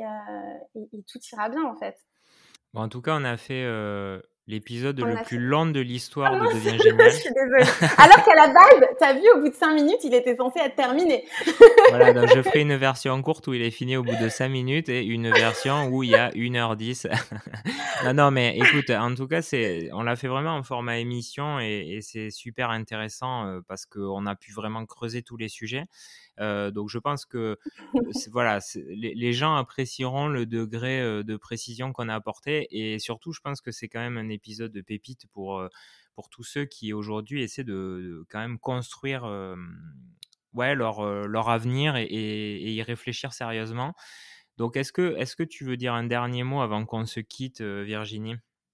et tout ira bien en fait. Bon, en tout cas, on a fait, l'épisode On le a plus fait. lent de Ah l'histoire de mince, Devient je Génial. suis désolée. Alors qu'à la base, t'as vu, au bout de 5 minutes, il était censé être terminé. Voilà, donc je ferai une version courte où il est fini au bout de 5 minutes et une version où il y a 1h10. Non, non, mais écoute, en tout cas, on l'a fait vraiment en format émission et c'est super intéressant, parce qu'on a pu vraiment creuser tous les sujets. Donc je pense que, voilà, les gens apprécieront le degré, de précision qu'on a apporté, et surtout, je pense que c'est quand même un épisode de pépite pour tous ceux qui aujourd'hui essaient de quand même construire, ouais, leur avenir et y réfléchir sérieusement. Donc est-ce que tu veux dire un dernier mot avant qu'on se quitte, Virginie?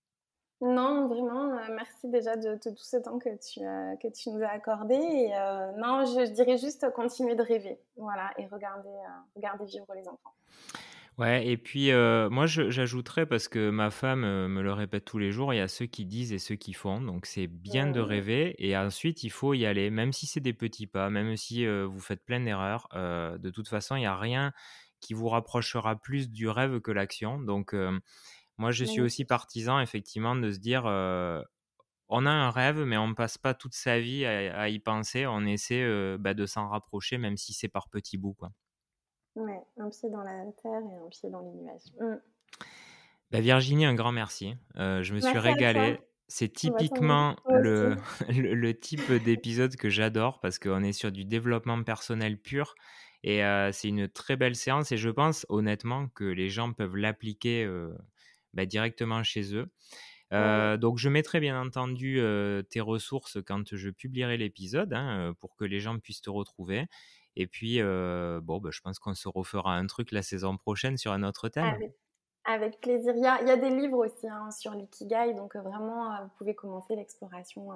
Non, vraiment, merci déjà de tout ce temps que tu nous as accordé et non, je dirais juste continuer de rêver, voilà et regarder vivre les enfants. Ouais et puis, moi j'ajouterais parce que ma femme, me le répète tous les jours, il y a ceux qui disent et ceux qui font, donc c'est bien de Mmh, rêver et ensuite il faut y aller, même si c'est des petits pas, même si, vous faites plein d'erreurs, de toute façon, il y a rien qui vous rapprochera plus du rêve que l'action, donc moi je suis aussi magnifique. partisan effectivement de se dire, on a un rêve mais on ne passe pas toute sa vie à y penser, on essaie, de s'en rapprocher même si c'est par petits bouts, quoi. Ouais, un pied dans la terre et un pied dans les nuages. Mmh. Bah, Virginie, un grand merci. Je me suis Merci à toi. régalé. C'est Bah, tant mieux. typiquement Moi aussi. le le type d'épisode que j'adore parce qu'on est sur du développement personnel pur et c'est une très belle séance et je pense honnêtement que les gens peuvent l'appliquer, directement chez eux. Ouais, Donc je mettrai bien entendu, tes ressources quand je publierai l'épisode, hein, pour que les gens puissent te retrouver et puis, je pense qu'on se refera un truc la saison prochaine sur un autre thème. avec avec plaisir. Il y a des livres aussi, hein, sur l'ikigai, donc vraiment, vous pouvez commencer l'exploration,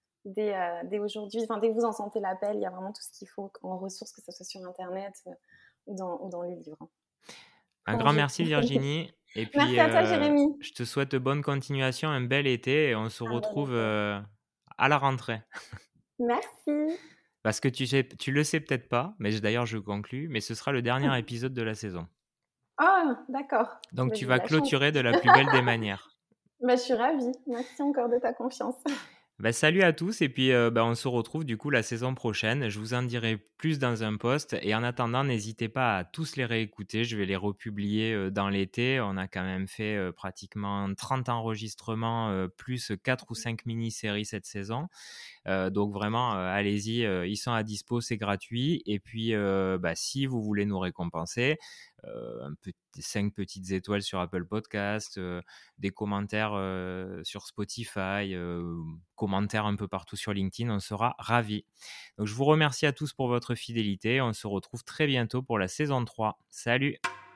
dès aujourd'hui. Enfin, dès que vous en sentez l'appel, il y a vraiment tout ce qu'il faut en ressources, que ce soit sur internet, ou dans les livres, hein. Un grand Plongez. merci Virginie et puis, Merci à toi, Jérémy. je te souhaite bonne continuation, un bel été et on se Un bel retrouve, été. à la rentrée. Merci. Parce que tu le sais peut-être pas, mais d'ailleurs je conclus, mais ce sera le dernier épisode de la saison. Oh, d'accord. Donc Bah, tu j'ai de vas la chance. clôturer de la plus belle des manières. Bah, je suis ravie. Merci encore de ta confiance. Salut à tous et puis, on se retrouve du coup la saison prochaine. Je vous en dirai plus dans un post et en attendant, n'hésitez pas à tous les réécouter. Je vais les republier, dans l'été. On a quand même fait, pratiquement 30 enregistrements, plus 4 ou 5 mini-séries cette saison. Donc vraiment, allez-y, ils sont à dispo, c'est gratuit et puis, si vous voulez nous récompenser, un petit 5 petites étoiles sur Apple Podcast, des commentaires, sur Spotify, commentaires un peu partout sur LinkedIn, on sera ravis. Donc je vous remercie à tous pour votre fidélité, on se retrouve très bientôt pour la saison 3. Salut!